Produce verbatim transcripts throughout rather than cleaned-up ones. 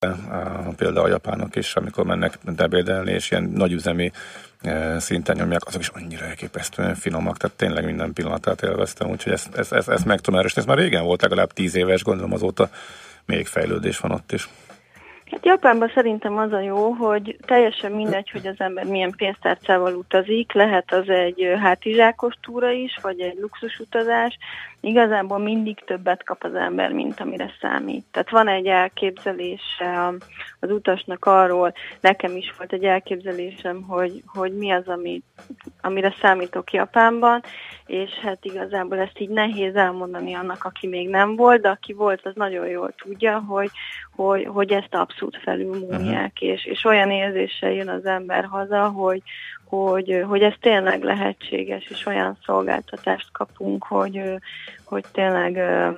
például a japánok is, amikor mennek ebédelni, és ilyen nagyüzemi szinten nyomják, azok is annyira elképesztően finomak, tehát tényleg minden pillanatát élveztem, úgyhogy ezt, ezt, ezt, ezt meg tudom erősíteni. Ez már régen volt, legalább tíz éves, gondolom azóta még fejlődés van ott is. Hát Japánban szerintem az a jó, hogy teljesen mindegy, hogy az ember milyen pénztárcával utazik, lehet az egy hátizsákos túra is, vagy egy luxus utazás, igazából mindig többet kap az ember, mint amire számít. Tehát van egy elképzelése az utasnak arról, nekem is volt egy elképzelésem, hogy, hogy mi az, ami, amire számítok Japánban, és hát igazából ezt így nehéz elmondani annak, aki még nem volt, de aki volt, az nagyon jól tudja, hogy, hogy, hogy ezt abszolút felülmúlják, uh-huh. és, és olyan érzéssel jön az ember haza, hogy, hogy, hogy ez tényleg lehetséges, és olyan szolgáltatást kapunk, hogy, hogy tényleg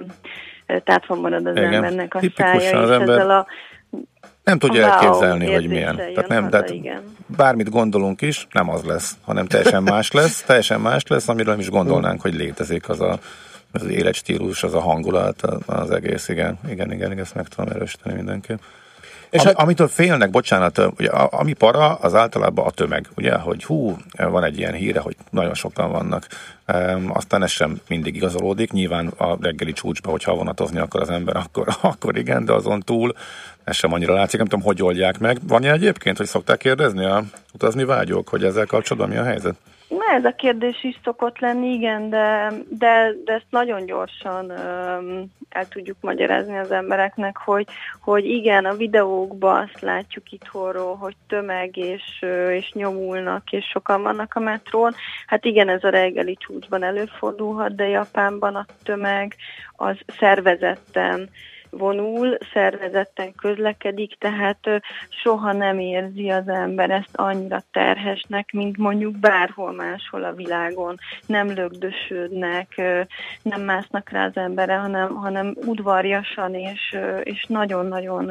tátva marad az igen. embernek a Tipikusan szája, az és ember ezzel a nem tudja elképzelni, wow, hogy milyen. Tehát nem, haza, tehát bármit gondolunk is, nem az lesz, hanem teljesen más lesz, teljesen más lesz, amiről nem is gondolnánk, hogy létezik az a az életstílus, az a hangulat, az egész, igen, igen, igen, igen, ezt meg tudom erősíteni mindenképp. És Am, hát, amitől félnek, bocsánat, ugye, ami para, az általában a tömeg, ugye, hogy hú, van egy ilyen híre, hogy nagyon sokan vannak. Um, aztán ez sem mindig igazolódik, nyilván a reggeli csúcsba, hogyha vonatozni akar az ember, akkor, akkor igen, de azon túl ez sem annyira látszik, nem tudom, hogy oldják meg. Van ilyen egyébként, hogy szokták kérdezni a utazni vágyók, hogy ezzel kapcsolatban mi a helyzet? Na, ez a kérdés is szokott lenni, igen, de, de, de ezt nagyon gyorsan um, el tudjuk magyarázni az embereknek, hogy, hogy igen, a videókban azt látjuk itthonról, hogy tömeg és, és nyomulnak, és sokan vannak a metrón. Hát igen, ez a reggeli csúcsban előfordulhat, de Japánban a tömeg az szervezetten vonul, szervezetten közlekedik, tehát soha nem érzi az ember ezt annyira terhesnek, mint mondjuk bárhol máshol a világon. Nem lögdösödnek, nem másznak rá az emberre, hanem, hanem udvarjasan és, és nagyon-nagyon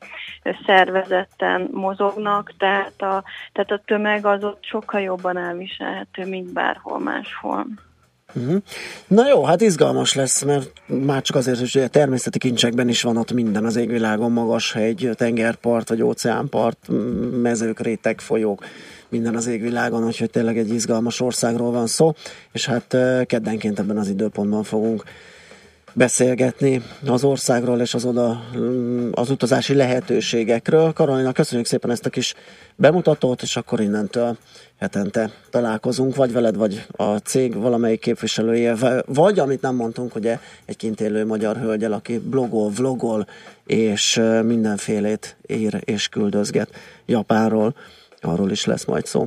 szervezetten mozognak, tehát a, tehát a tömeg az ott sokkal jobban elviselhető, mint bárhol máshol. Uh-huh. Na jó, hát izgalmas lesz, mert már csak azért, hogy a természeti kincsekben is van ott minden az égvilágon, magas hegy, tengerpart vagy óceánpart, mezők, rétek, folyók, minden az égvilágon, úgyhogy tényleg egy izgalmas országról van szó, és hát keddenként ebben az időpontban fogunk beszélgetni az országról és az oda az utazási lehetőségekről. Karolina, köszönjük szépen ezt a kis bemutatót, és akkor innentől hetente találkozunk, vagy veled, vagy a cég valamelyik képviselője, vagy, amit nem mondtunk, ugye egy kint élő magyar hölgyel, aki blogol, vlogol, és mindenfélét ír és küldözget Japánról. Arról is lesz majd szó.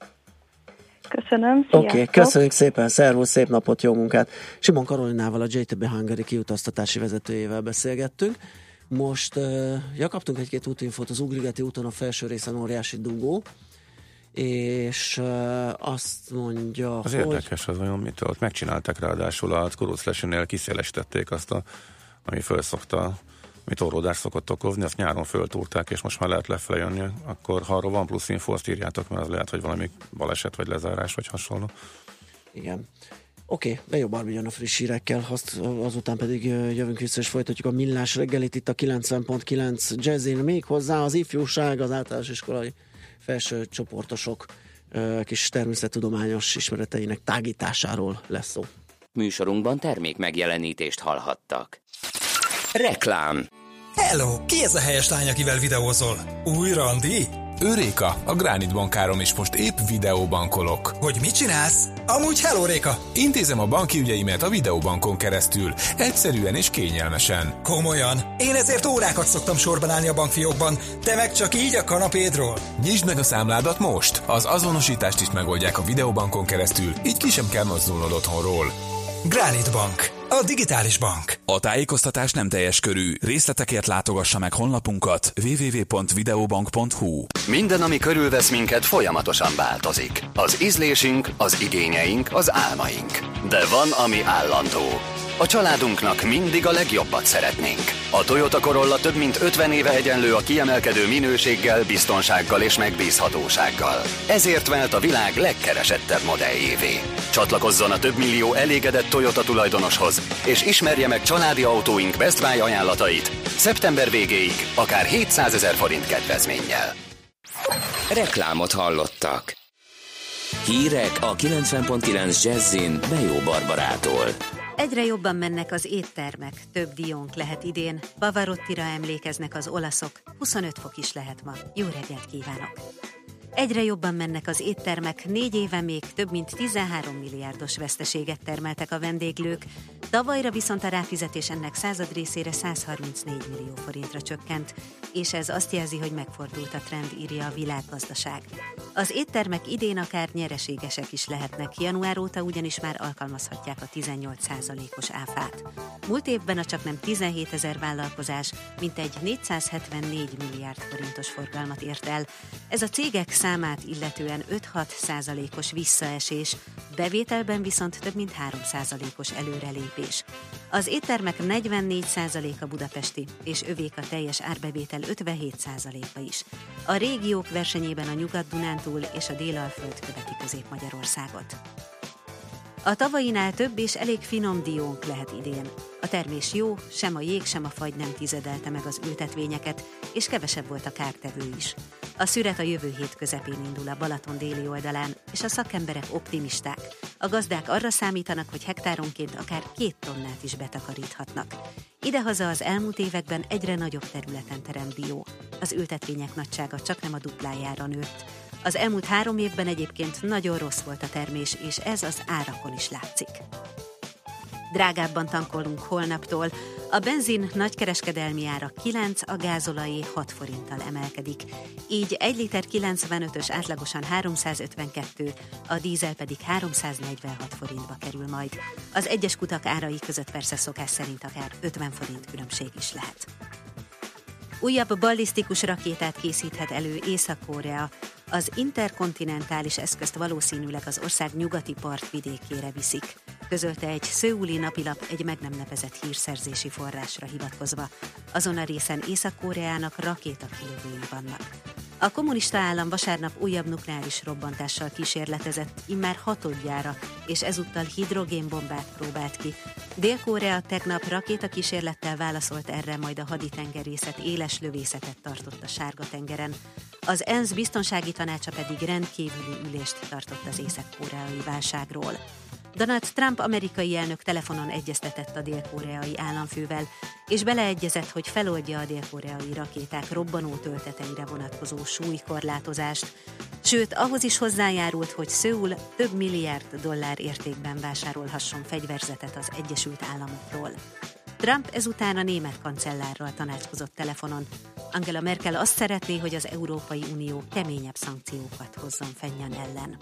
Köszönöm, Oké, okay, köszönjük szépen, szervusz, szép napot, jó munkát. Simon Karolinával, a jé té bé Hungary kiutaztatási vezetőjével beszélgettünk. Most uh, ja, kaptunk egy-két útinfót, az Ugligeti úton a felső részen óriási dugó, és uh, azt mondja, az hogy... érdekes, az olyan mitől, ott megcsinálták ráadásul a Kuruclesinél, kiszélesítették azt, a, ami fölszokta, amit orródás szokott okozni, azt nyáron föltúrták, és most már lehet lefele jönni, akkor ha arról van plusz info, azt írjátok, mert az lehet, hogy valami baleset, vagy lezárás, vagy hasonló. Igen. Oké, okay, de jobb Barbi jön a friss hírekkel, azt, azután pedig jövünk vissza, és folytatjuk a millás reggelit itt a kilencven pont kilenc Jazzin, még hozzá az ifjúság, az általános iskolai felső csoportosok kis természettudományos ismereteinek tágításáról lesz szó. Műsorunkban termék megjelenítést hallhattak. Reklám. Hello! Ki ez a helyes lány, akivel videózol? Új randi? Ő Réka, a Gránit bankárom, és most épp videóbankolok. Hogy mit csinálsz? Amúgy hello, Réka! Intézem a banki ügyeimet a videóbankon keresztül. Egyszerűen és kényelmesen. Komolyan? Én ezért órákat szoktam sorban állni a bankfiókban, te meg csak így a kanapédról. Nyisd meg a számládat most! Az azonosítást is megoldják a videóbankon keresztül, így ki sem kell mozdulnod otthonról. Gránit Bank, a digitális bank. A tájékoztatás nem teljes körű. Részletekért látogassa meg honlapunkat double-u double-u double-u pont videobank pont hu. Minden, ami körülvesz minket, folyamatosan változik. Az ízlésünk, az igényeink, az álmaink. De van, ami állandó. A családunknak mindig a legjobbat szeretnénk. A Toyota Corolla több mint ötven éve egyenlő a kiemelkedő minőséggel, biztonsággal és megbízhatósággal. Ezért vált a világ legkeresettebb modelljévé. Csatlakozzon a több millió elégedett Toyota tulajdonoshoz, és ismerje meg családi autóink Best Buy ajánlatait szeptember végéig, akár hétszázezer forint kedvezménnyel. Reklámot hallottak. Hírek a kilencven pont kilenc Jazzin Bejó Barbarától. Egyre jobban mennek az éttermek, több diónk lehet idén, Pavarottira emlékeznek az olaszok, huszonöt fok is lehet ma. Jó reggelt kívánok! Egyre jobban mennek az éttermek, négy éve még több mint tizenhárom milliárdos veszteséget termeltek a vendéglők, tavalyra viszont a ráfizetés ennek század részére száz harmincnégy millió forintra csökkent, és ez azt jelzi, hogy megfordult a trend, írja a Világgazdaság. Az éttermek idén akár nyereségesek is lehetnek, január óta ugyanis már alkalmazhatják a tizennyolc százalékos áfát. Múlt évben a csaknem tizenhétezer vállalkozás mintegy négyszázhetvennégy milliárd forintos forgalmat ért el. Ez a cégek számát illetően öt-hat százalékos visszaesés, bevételben viszont több mint három százalékos előrelépés. Az éttermek negyvennégy százaléka budapesti, és övék a teljes árbevétel ötvenhét százaléka is. A régiók versenyében a Nyugat-Dunántúl és a Dél-Alföld követi Közép-Magyarországot. A tavainál több és elég finom diónk lehet idén. A termés jó, sem a jég, sem a fagy nem tizedelte meg az ültetvényeket, és kevesebb volt a kártevő is. A szüret a jövő hét közepén indul a Balaton déli oldalán, és a szakemberek optimisták. A gazdák arra számítanak, hogy hektáronként akár két tonnát is betakaríthatnak. Idehaza az elmúlt években egyre nagyobb területen terem dió. Az ültetvények nagysága csaknem a duplájára nőtt. Az elmúlt három évben egyébként nagyon rossz volt a termés, és ez az árakon is látszik. Drágábban tankolunk holnaptól. A benzin nagykereskedelmi ára kilenc, a gázolajé hat forinttal emelkedik. Így egy liter kilencvenötös átlagosan háromszázötvenkettő, a dízel pedig háromszáznegyvenhat forintba kerül majd. Az egyes kutak árai között persze szokás szerint akár ötven forint különbség is lehet. Újabb ballisztikus rakétát készíthet elő Észak-Korea. Az interkontinentális eszközt valószínűleg az ország nyugati partvidékére viszik, közölte egy szöuli napilap egy meg nem nevezett hírszerzési forrásra hivatkozva. Azon a részen Észak-Koreának rakétakilövői vannak. A kommunista állam vasárnap újabb nukleáris robbantással kísérletezett, immár hatodjára, és ezúttal hidrogénbombát próbált ki. Dél-Korea tegnap rakétakísérlettel válaszolt erre, majd a haditengerészet éles lövészetet tartott a Sárga-tengeren. Az ENSZ biztonsági tanácsa pedig rendkívüli ülést tartott az észak-koreai válságról. Donald Trump amerikai elnök telefonon egyeztetett a dél-koreai államfővel, és beleegyezett, hogy feloldja a dél-koreai rakéták robbanó tölteteire vonatkozó súlykorlátozást, sőt, ahhoz is hozzájárult, hogy Szöul több milliárd dollár értékben vásárolhasson fegyverzetet az Egyesült Államokról. Trump ezután a német kancellárral tanácskozott telefonon. Angela Merkel azt szeretné, hogy az Európai Unió keményebb szankciókat hozzon Fenyan ellen.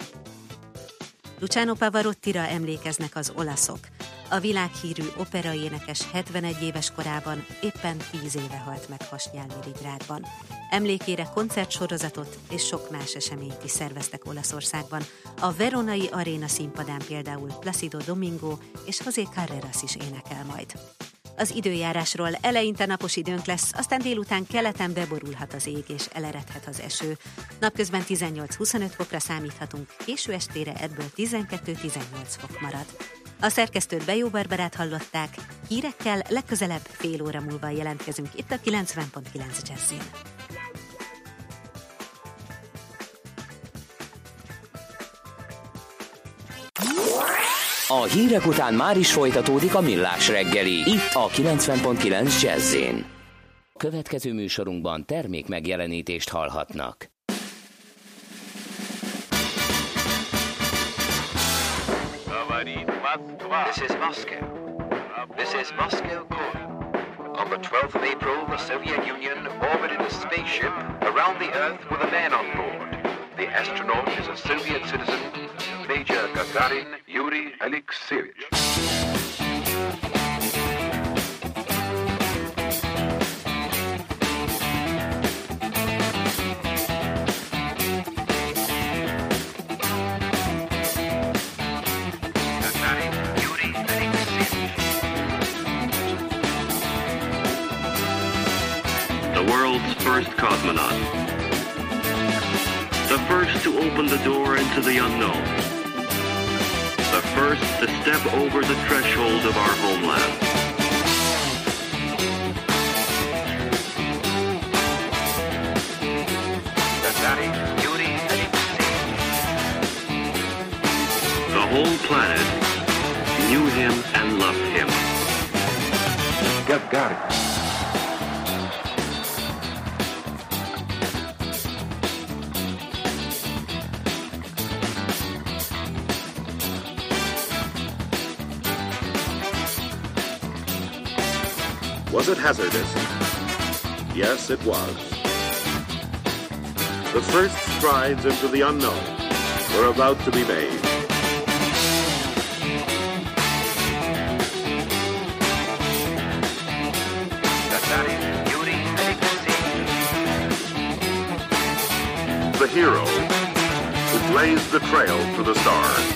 Luciano Pavarottira emlékeznek az olaszok. A világhírű operaénekes hetvenegy éves korában éppen tíz éve halt meg hasnyálmirigyrákban. Emlékére koncertsorozatot és sok más eseményt is szerveztek Olaszországban. A Veronai Aréna színpadán például Placido Domingo és José Carreras is énekel majd. Az időjárásról: eleinte napos időnk lesz, aztán délután keleten beborulhat az ég és eleredhet az eső. Napközben tizennyolc-huszonöt fokra számíthatunk, késő estére ebből tizenkettő-tizennyolc fok marad. A szerkesztőt Bejó Barbarát hallották, hírekkel legközelebb fél óra múlva jelentkezünk itt a kilencven pont kilenc Jazzin. A hírek után már is folytatódik a Millás reggeli, itt a kilencven pont kilenc Jazzin. Következő műsorunkban termék megjelenítést hallhatnak. This is Moscow. This is Moscow calling. On the twelfth of April, the Soviet Union orbited a spaceship around the Earth with a man on board. The astronaut is a Soviet citizen, Major Gagarin Yuri Alexeyevich. Gagarin Yuri Alexeyevich. cosmonaut. The first to open the door into the unknown. The first to step over the threshold of our homeland. The whole planet knew him and loved him. Gagarin. Was it hazardous? Yes, it was. The first strides into the unknown were about to be made. The hero who blazed the trail to the stars.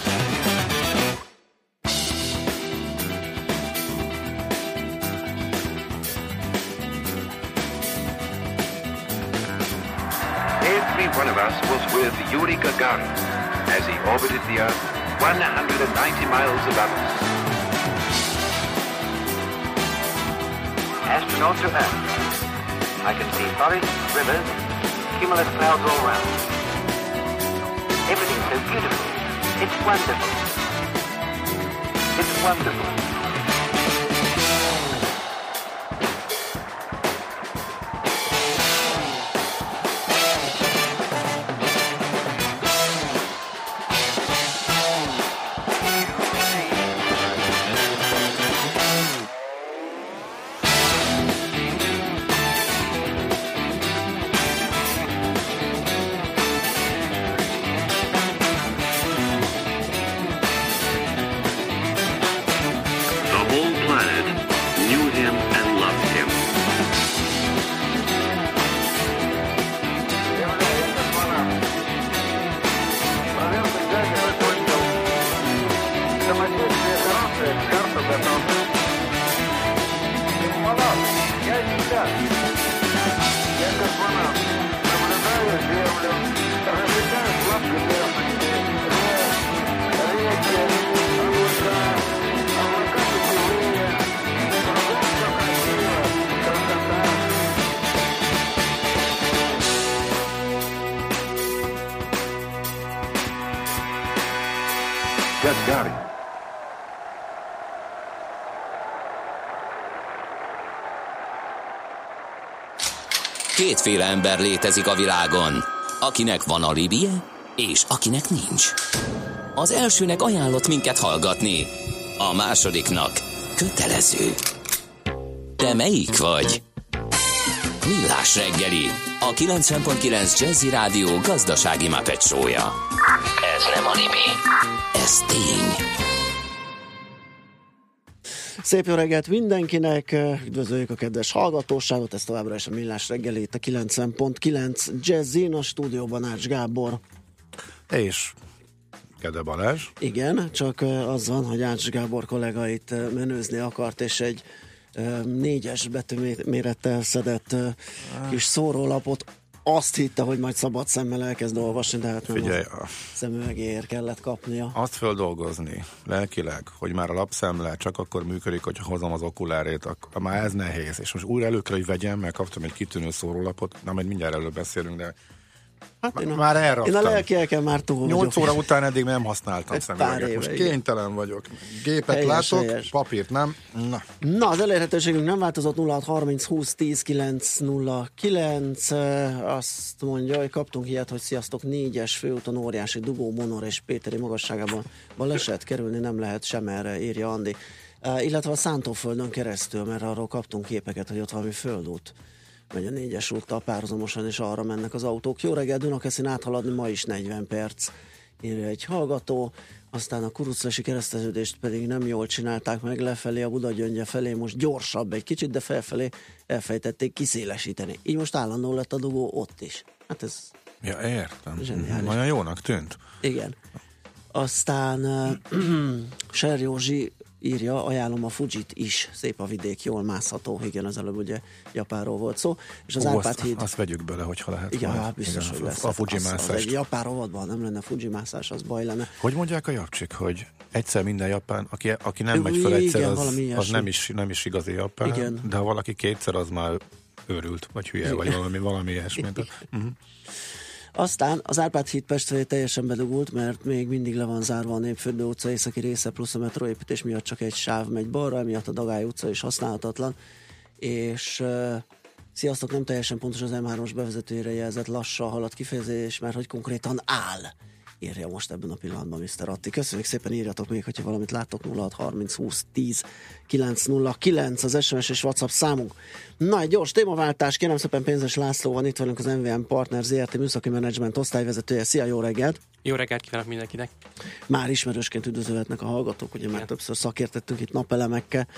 Every one of us was with Yuri Gagarin as he orbited the Earth one hundred ninety miles above us. Astronaut to Earth. I can see forests, rivers, cumulus clouds all around. Everything's so beautiful. It's wonderful. It's wonderful. Gagarin. Kétféle ember létezik a világon, akinek van alibije, és akinek nincs. Az elsőnek ajánlott minket hallgatni, a másodiknak kötelező. Te melyik vagy? Millás reggeli, a kilencven pont kilenc Jazzy Rádió gazdasági Muppet show-ja. Ez nem anime, ez tény. Szép jó reggelt mindenkinek, üdvözöljük a kedves hallgatóságot, ez továbbra is a Millás reggelét, a kilencven pont kilenc Jazzin, a stúdióban Ács Gábor. És Kede Balázs. Igen, csak az van, hogy Ács Gábor kollégait menőzni akart, és egy négyes betűmérettel szedett kis szórólapot azt hitte, hogy majd szabad szemmel elkezd olvasni, de hát nem. Figyelj, a szemüvegéért kellett kapnia. Azt földolgozni lelkileg, hogy már a lapszemle csak akkor működik, hogyha hozom az okulárét, akkor már ez nehéz. És most újra elő kell, hogy vegyem, mert kaptam egy kitűnő szórólapot, na majd mindjárt előbb beszélünk, de hát én a, már elraktam. Én a lelkielken már túl vagyok. Nyolc óra után eddig nem használtam szemüveget. Most kénytelen vagyok. Gépet helyes, látok, helyes. Papírt nem. Na. Na, az elérhetőségünk nem változott, nulla hat harminc húsz tíz kilenc nulla kilenc. Azt mondja, hogy kaptunk ilyet, hogy sziasztok, négyes főúton óriási dugó, Monor és Péteri magasságában baleset, kerülni nem lehet sem erre, írja Andi. Uh, illetve a Szántóföldön keresztül, mert arról kaptunk képeket, hogy ott valami földút megy a négyes úttal párhuzamosan, és arra mennek az autók. Jó reggel, Dunakeszin áthaladni ma is negyven perc, írja egy hallgató. Aztán a kuruclesi kereszteződést pedig nem jól csinálták meg, lefelé a Budagyöngye felé most gyorsabb egy kicsit, de felfelé elfejtették kiszélesíteni. Így most állandó lett a dugó ott is. Hát ez... Ja, értem. Zseniális. Olyan jónak tűnt. Igen. Aztán uh, Ser Józsi írja, ajánlom a Fujit is, szép a vidék, jól mászható, igen, az előbb ugye Japánról volt szó, és az Ó, Árpád azt, híd... azt vegyük bele, hogyha lehet. Igen, majd. hát biztos, igen, hogy lesz. A Fuji az, mászást. az egy japán rovatban nem lenne Fuji mászás, az baj lenne. Hogy mondják a japcsik, hogy egyszer minden japán, aki, aki nem Ő, megy fel egyszer, igen, az, az nem, is, nem is igazi japán, igen. de ha valaki kétszer, az már őrült, vagy hülye, igen. vagy valami, valami ilyesmit. Uh-huh. Aztán az Árpád híd Pest felé teljesen bedugult, mert még mindig le van zárva a Népfürdő utca északi része, plusz a metróépítés miatt csak egy sáv megy balra, emiatt a Dagály utca is használhatatlan, és uh, sziasztok, nem teljesen pontos az em hármas bevezetőjére jelzett lassan halad kifejezés, mert hogy konkrétan áll, írja most ebben a pillanatban miszter Atti. Köszönjük szépen, írjatok még, hogyha valamit láttok. Nulla hat harminc húsz tíz kilenc nulla kilenc az es em es és WhatsApp számunk. Na, egy gyors témaváltás, kérem szépen, Pénzes László van itt velünk, az em vé em Partner zé er té műszaki menedzsment osztályvezetője. Szia, jó reggelt! Jó reggelt kívánok mindenkinek! Már ismerősként üdvözölhetnek a hallgatók, ugye már többször szakértettünk itt napelemekkel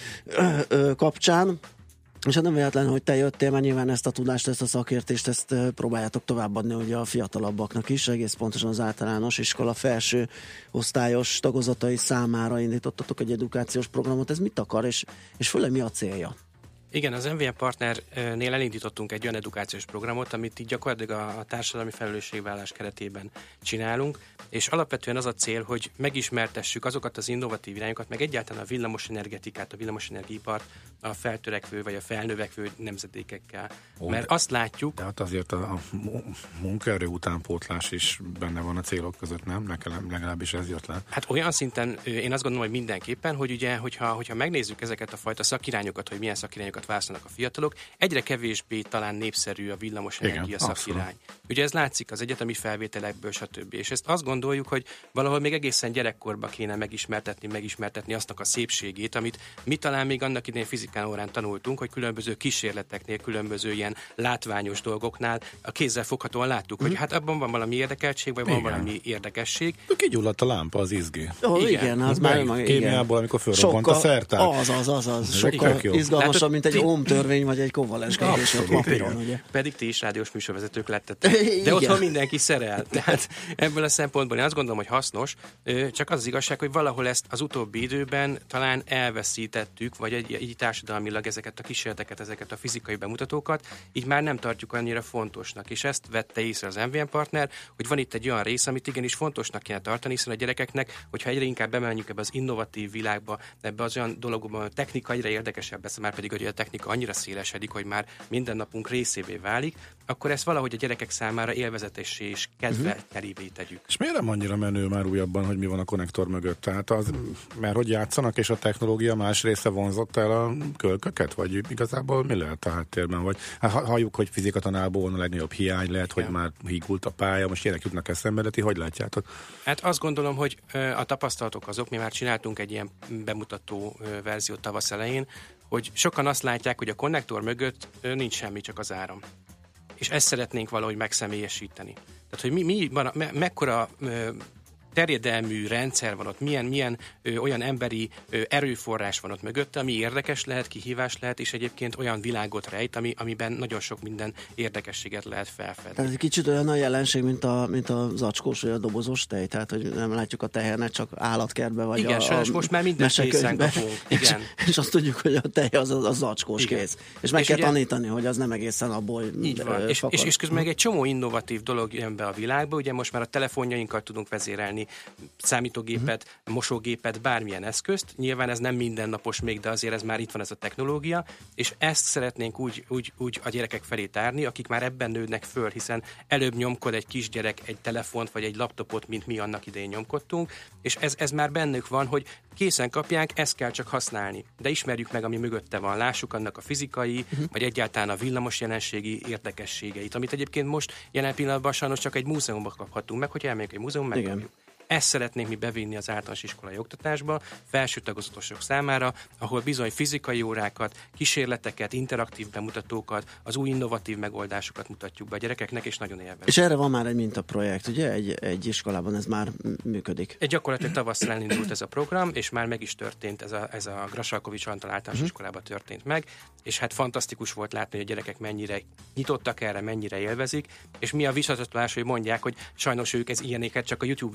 ö, ö, kapcsán. És hát nem véletlen, hogy te jöttél, mert nyilván ezt a tudást, ezt a szakértést, ezt próbáljátok továbbadni ugye a fiatalabbaknak is, egész pontosan az általános iskola felső osztályos tagozatai számára indítottatok egy edukációs programot. Ez mit akar, és, és főleg mi a célja? Igen, az em vé em Partnernél elindítottunk egy olyan edukációs programot, amit így gyakorlatilag a, a társadalmi felelősségvállás keretében csinálunk, és alapvetően az a cél, hogy megismertessük azokat az innovatív irányokat, meg egyáltalán a villamosenergetikát, a villamosenergiaipart a feltörekvő vagy a felnövekvő nemzedékekkel. Ó, Mert azt látjuk... De hát azért a, a munkaerő utánpótlás is benne van a célok között, nem? Nekem legalábbis ez jött le. Hát olyan szinten én azt gondolom, hogy mindenképpen, hogy ugye, hogyha, hogyha megnézzük ezeket a fajta szakirányokat, hogy milyen szakirányokat választanak a fiatalok, egyre kevésbé talán népszerű a villamosenergia szakirány. Ugye ez látszik az egyetemi felvételekből, stb. És ezt azt gondoljuk, hogy valahol még egészen gyerekkorban kéne megismertetni, megismertetni aztnak a szépségét, amit mi talán még annak idején fizikán órán tanultunk, hogy különböző kísérleteknél, különböző ilyen látványos dolgoknál a kézzel foghatóan láttuk, mm. hogy hát abban van valami érdekeltség, vagy igen. van valami érdekesség. Kigyulladt a lámpa, az izgi. Oh, igen. igen, az már meg, kémiából, amikor fölrobbant a szertár. Az, az, az, az. Sokkal izgalmasabb, mint egy Ohm törvény, vagy egy kovalens kérdés a papíron, ugye? Pedig ti is rádiós műsorvezetők lettetek. De otthon mindenki szerel. Tehát ebből a szempontból én azt gondolom, hogy hasznos, csak az az igazság, hogy valahol ezt az utóbbi időben talán elveszítettük, vagy egy, így társadalmilag ezeket a kísérleteket, ezeket a fizikai bemutatókat, így már nem tartjuk annyira fontosnak. És ezt vette észre az em vé em Partner, hogy van itt egy olyan rész, amit igenis fontosnak kéne tartani, hiszen a gyerekeknek, hogyha egyre inkább bemenjünk ebbe az innovatív világba, ebbe az olyan dologban, a technika egyre érdekesebb lesz, már pedig a technika annyira szélesedik, hogy már minden napunk részévé válik, akkor ezt valahogy a gyerekek számára élvezetessé és kedveltelévé tegyük. És miért nem annyira menő már újabban, hogy mi van a konnektor mögött? Tehát az, mert hogy játszanak, és a technológia más része vonzott el a kölköket? Vagy igazából mi lehet a háttérben? Vagy hát halljuk, hogy fizikatanálból van a legnagyobb hiány, lehet, igen. hogy már hígult a pálya, most ilyenek jutnak eszembe, de ti hogy látjátok? Hát azt gondolom, hogy a tapasztalatok azok, mi már csináltunk egy ilyen bemutató verziót tavasz elején, hogy sokan azt látják, hogy a konnektor mögött nincs semmi, csak az áram. És ezt szeretnénk valahogy megszemélyesíteni. Tehát, hogy mi, mi van, me, mekkora ö, terjedelmű rendszer van ott, milyen, milyen ö, olyan emberi ö, erőforrás van ott mögötte, ami érdekes lehet, kihívás lehet, és egyébként olyan világot rejt, ami, amiben nagyon sok minden érdekességet lehet felfedni. Tehát egy kicsit olyan a jelenség, mint, a, mint a zacskós vagy a dobozos tej, tehát hogy nem látjuk a tehernet, csak állatkertbe vagy igen, a, a most már minden készen kapunk. Igen. És, és azt tudjuk, hogy a tej az a, a zacskós igen. kész. És meg és kell ugye, tanítani, hogy az nem egészen abból így van. És, és, és közben meg egy csomó innovatív dolog jön be a világba, ugye most már a telefonjainkkal tudunk vezérelni számítógépet, uh-huh. mosógépet, bármilyen eszközt. Nyilván ez nem mindennapos még, de azért ez már itt van ez a technológia, és ezt szeretnénk úgy, úgy, úgy a gyerekek felé tárni, akik már ebben nőnek föl, hiszen előbb nyomkod egy kisgyerek egy telefont vagy egy laptopot, mint mi annak idején nyomkodtunk, és ez, ez már bennük van, hogy készen kapják, ezt kell csak használni. De ismerjük meg, ami mögötte van, lássuk annak a fizikai, uh-huh. vagy egyáltalán a villamos jelenségi érdekességeit, amit egyébként most jelen pillanatban sajnos csak egy múzeumban kaphatunk meg, hogy elmegyünk egy múzeum, megkapjuk. Ezt szeretnénk mi bevinni az általános iskolai oktatásba, felső tagozatosok számára, ahol bizony fizikai órákat, kísérleteket, interaktív bemutatókat, az új innovatív megoldásokat mutatjuk be a gyerekeknek, és nagyon élvezik. És erre van már egy mintaprojekt, ugye? Egy, egy iskolában ez már működik. Egy gyakorlatilag tavasszal elindult ez a program, és már meg is történt, ez a, ez a Grassalkovich Antal általános uh-huh. iskolában történt meg, és hát fantasztikus volt látni, hogy a gyerekek mennyire nyitottak erre, mennyire élvezik, és mi a visszacsatolás, hogy mondják, hogy sajnos ők ez ilyenéket csak a YouTube videókon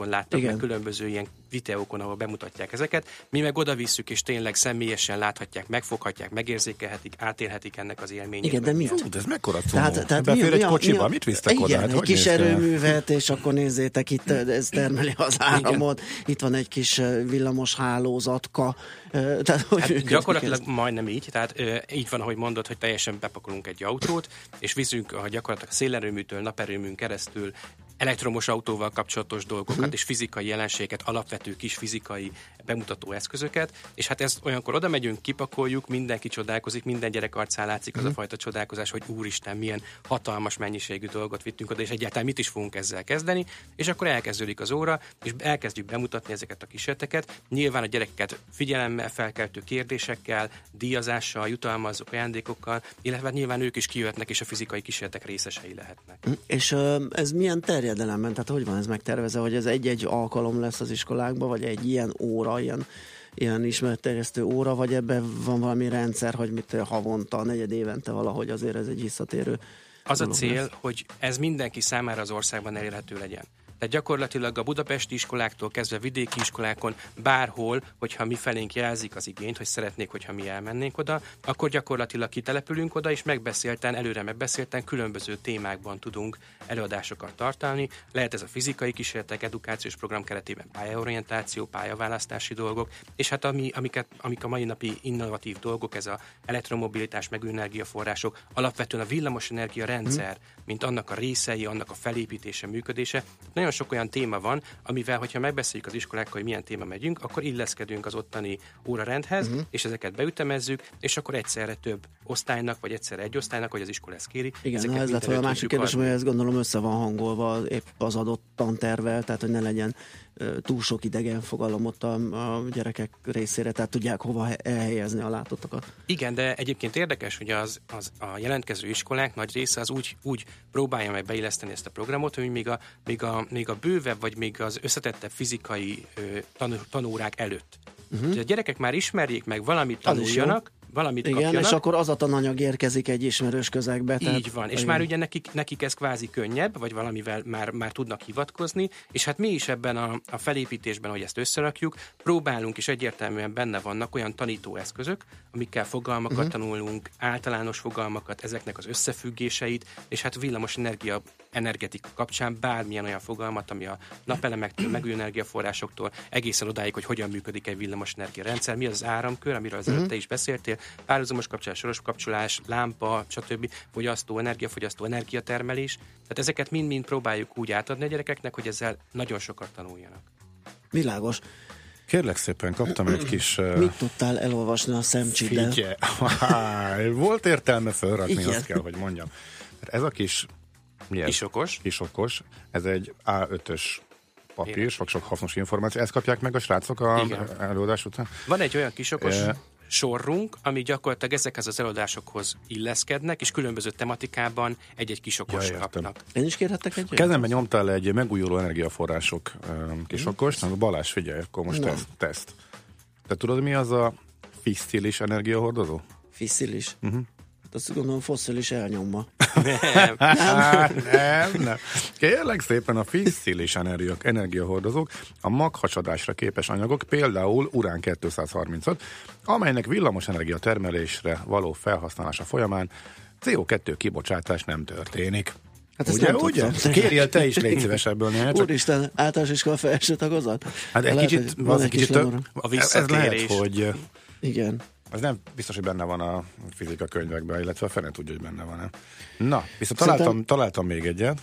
Youtube-on láttak meg különböző ilyen videókon, ahol bemutatják ezeket. Mi meg oda visszük, és tényleg személyesen láthatják, megfoghatják, megérzékelhetik, átélhetik ennek az élményét. Igen, de mit? Fú, de ez mekkora cumó. Tehát, tehát Befér egy mi a, kocsiba, mi a, mit visztek oda? Igen, Hát, egy kis erőművet, és akkor nézzétek, itt ez termeli az áramot, igen. Itt van egy kis villamos hálózatka. Tehát, hogy hát gyakorlatilag majdnem így, tehát így van, ahogy mondod, hogy teljesen bepakolunk egy autót, és viszünk a gyakorlatilag szélerőműtől, naperőműn keresztül elektromos autóval kapcsolatos dolgokat uh-huh. és fizikai jelenségeket, alapvető kis fizikai bemutató eszközöket, és hát ezt olyankor oda megyünk, kipakoljuk, mindenki csodálkozik, minden gyerek arcán látszik uh-huh. az a fajta csodálkozás, hogy úristen, milyen hatalmas mennyiségű dolgot vittünk oda, és egyáltalán mit is fogunk ezzel kezdeni, és akkor elkezdődik az óra, és elkezdjük bemutatni ezeket a kísérleteket. Nyilván a gyerekeket figyelemmel, felkeltő kérdésekkel, díjazással, jutalmazók, ajándékokkal, illetve nyilván ők is kijöhetnek, és a fizikai kísérletek részesei lehetnek. És ez milyen terjedelemben, tehát hogy van ez megtervezve, hogy ez egy-egy alkalom lesz az iskolákban, vagy egy ilyen óra, ilyen, ilyen ismeretterjesztő óra, vagy ebben van valami rendszer, hogy mit havonta, negyed évente valahogy azért ez egy visszatérő. Az a cél, lesz. Hogy ez mindenki számára az országban elérhető legyen. Tehát gyakorlatilag a budapesti iskoláktól kezdve vidéki iskolákon bárhol, hogyha mi felénk jelzik az igényt, hogy szeretnék, hogyha mi elmennénk oda, akkor gyakorlatilag kitelepülünk oda, és megbeszélten, előre megbeszélten különböző témákban tudunk előadásokat tartani. Lehet ez a fizikai kísérletek, edukációs program keretében pályaorientáció, pályaválasztási dolgok, és hát ami, amiket, amik a mai napi innovatív dolgok, ez a elektromobilitás, megújuló energiaforrások, alapvetően a villamosenergia rendszer, mm. mint annak a részei, annak a felépítése, működése. Nagyon sok olyan téma van, amivel, hogyha megbeszéljük az iskolákkal, hogy milyen téma megyünk, akkor illeszkedünk az ottani órarendhez, uh-huh. és ezeket beütemezzük, és akkor egyszerre több osztálynak, vagy egyszerre egy osztálynak, vagy az iskola ezt kéri. Igen, ez lett a másik kérdés, hogy ezt gondolom össze van hangolva épp az adott tantervvel, tehát hogy ne legyen uh, túl sok idegen fogalom ott a, a gyerekek részére, tehát tudják hova elhelyezni a látottakat. Igen, de egyébként érdekes, hogy az, az a jelentkező iskolák nagy része az úgy, úgy próbálja meg beilleszteni ezt a programot, hogy még a, még a még a bővebb, vagy még az összetettebb fizikai ö, tan- tanórák előtt. Uh-huh. A gyerekek már ismerjék meg, valamit tanuljanak, valamit igen, kapjanak. És akkor az a tananyag érkezik egy ismerős közegbe. Így tehát, van, és igen. már ugye nekik, nekik ez kvázi könnyebb, vagy valamivel már, már tudnak hivatkozni, és hát mi is ebben a, a felépítésben, hogy ezt összerakjuk, próbálunk, és egyértelműen benne vannak olyan tanítóeszközök, amikkel fogalmakat uh-huh. tanulunk, általános fogalmakat, ezeknek az összefüggéseit, és hát villamos energia, energetika kapcsán bármilyen olyan fogalmat, ami a napelemektől, megújuló energiaforrásoktól egészen odáig, hogy hogyan működik egy villamos energiarendszer, mi az, az áramkör, amiről az uh-huh. előtte is beszéltél, párhuzamos kapcsolás, soros kapcsolás, lámpa, stb., fogyasztó, energiafogyasztó, energiatermelés. Tehát ezeket mind-mind próbáljuk úgy átadni a gyerekeknek, hogy ezzel nagyon sokat tanuljanak. Világos. Kérlek szépen, kaptam egy kis... Uh, Mit tudtál elolvasni a szemcsiddel? Figyelj, volt értelme felrakni, azt kell, hogy mondjam. Ez a kis... Kisokos. Kisokos. Ez egy á ötös papír, sok-sok hasznos információ. Ezt kapják meg a srácok a igen. előadás után? Van egy olyan kisokos e... sorrunk, ami gyakorlatilag ezekhez az előadásokhoz illeszkednek, és különböző tematikában egy-egy kisokos ja, kapnak. Én is kérhettek egy? Kezemben nyomtál egy megújuló energiaforrások um, kisokost. Hmm. Balázs, figyelj, akkor most teszt, teszt. Te tudod, mi az a fisszilis energiahordozó? Fisszilis? Uh-huh. Azt gondolom fosszilis elnyomva. Nem. nem, nem, nem. Kérlek szépen, a fisszilis energiahordozók a maghasadásra képes anyagok, például urán kétszázharmincöt, amelynek villamos energia termelésre való felhasználása folyamán cé o kettő kibocsátás nem történik. Hát ugye, ugye? Kérjél te is, légy szíves ebből néha. Csak... Úristen, általános iskola felső tagozat? Hát egy lehet, kicsit, van egy kicsit több, a visszatérés. Ez lehet, hogy... Igen. Ez nem biztos, hogy benne van a fizika könyvekben, illetve a fene tudja, hogy benne van-e. Na, viszont találtam, Szerintem... találtam még egyet.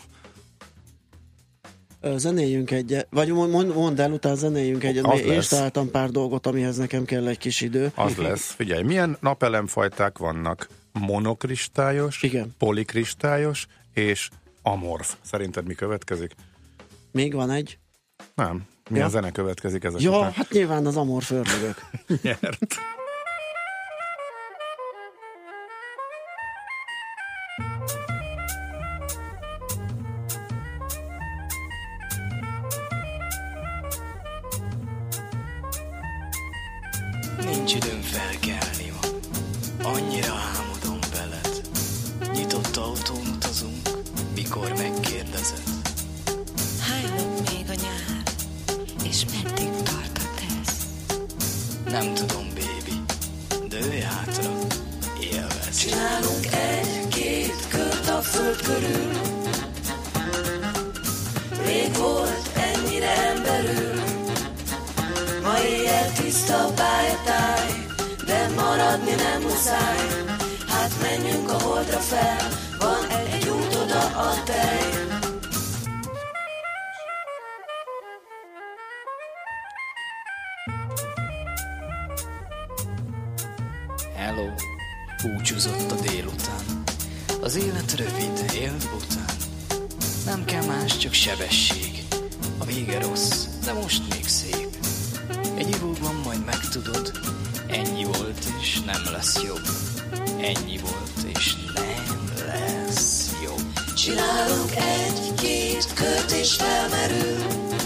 Zenéljünk egyet, vagy mond, mondd el, utána zenéljünk egyet, mert én is találtam pár dolgot, amihez nekem kell egy kis idő. Az lesz. Figyelj, milyen napelemfajták vannak? Monokristályos, igen. Polikristályos és amorf. Szerinted mi következik? Még van egy? Nem. Mi ja. a zene következik ezek Ja, után? hát nyilván az amorf ördögök. Nyert. Nincs időm felkelni ma, annyira álmodom veled. Nyitott autón utazunk, mikor megkérdezed. Hány nap még a nyár, Nem tudom, baby, dőlj hátra, élvezd. Csinálunk egy-két kört a föld körül. Rég volt ennyire emberül. Ma éjjel tiszta pályatáj, de maradni nem muszáj. Hát menjünk a holdra fel, van egy út oda a tej. Hello, búcsúzott a délután. Az élet rövid, éld után. Nem kell más, csak sebesség. A vége rossz, de most még szép. Egy ivóban majd megtudod, ennyi volt és nem lesz jobb. Ennyi volt és nem lesz jobb. Csinálunk egy-két kört és felmerül,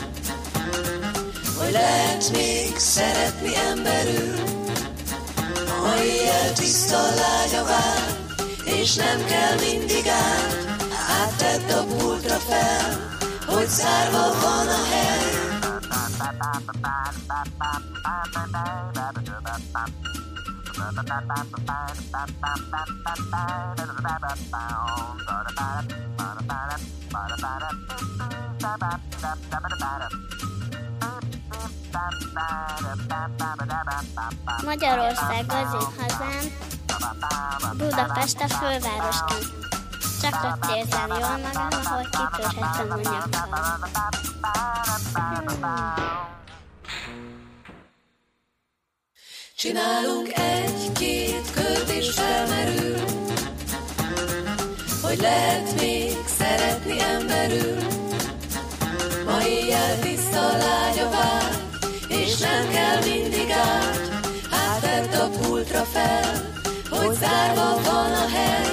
hogy lehet még szeretni emberül. Ma éjjel tiszta lágya vár, és nem kell mindig át. Hát tedd a pultra fel, hogy zárva van a hely. Magyarország az én hazám, Budapest a fővárosként. Csak ott érzem jól magam, ahol kitörhetem a nyakam. Csinálunk egy-két kört és felmerül, hogy lehet még szeretni emberül. Ma éjjel tiszta lágya vár, és nem kell mindig át. Hát tedd a pultra fel, hogy zárva van a hely.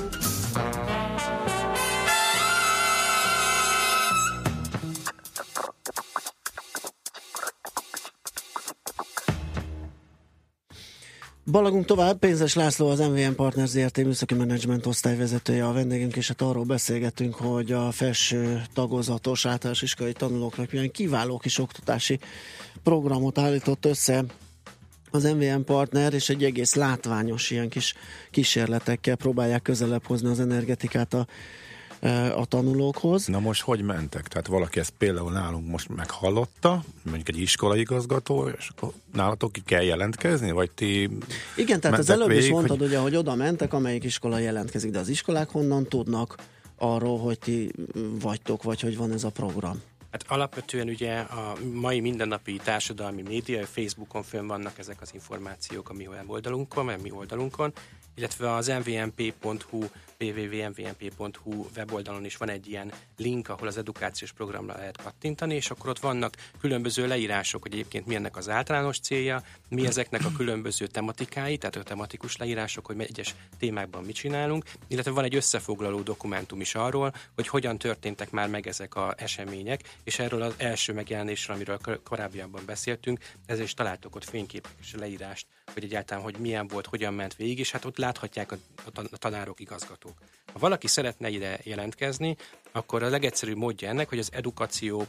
Balagunk tovább, Pénzes László, az em vé em Partners zé er té műszaki menedzsment osztályvezetője a vendégünk, és hát arról beszélgetünk, hogy a felső tagozatos általános iskolai tanulóknak milyen kiváló kis oktatási programot állított össze az em vé em Partner, és egy egész látványos ilyen kis kísérletekkel próbálják közelebb hozni az energetikát a a tanulókhoz. Na most hogy mentek? Tehát valaki ezt például nálunk most meghallotta, mondjuk egy iskolai igazgató, és akkor nálatok ki kell jelentkezni, vagy ti igen, tehát az előbb végig, is mondtad, hogy... ugye, hogy oda mentek, amelyik iskola jelentkezik, de az iskolák honnan tudnak arról, hogy ti vagytok, vagy hogy van ez a program? Hát alapvetően ugye a mai mindennapi társadalmi média, Facebookon fönn vannak ezek az információk a mi weboldalunkon, vagy a mi oldalunkon, illetve az em vé em pé pont hú double-u double-u double-u pont em vé em pé pont hú weboldalon is van egy ilyen link, ahol az edukációs programra lehet kattintani, és akkor ott vannak különböző leírások, hogy egyébként mi ennek az általános célja, mi ezeknek a különböző tematikái, tehát a tematikus leírások, hogy egyes témákban mit csinálunk, illetve van egy összefoglaló dokumentum is arról, hogy hogyan történtek már meg ezek az események, és erről az első megjelenésről, amiről korábbiakban beszéltünk, ezzel is találtok ott fényképek és leírást, hogy egyáltalán, hogy milyen volt, hogyan ment végig, és hát ott láthatják a, a tanárok, igazgatók. Ha valaki szeretne ide jelentkezni, akkor a legegyszerűbb módja ennek, hogy az edukáció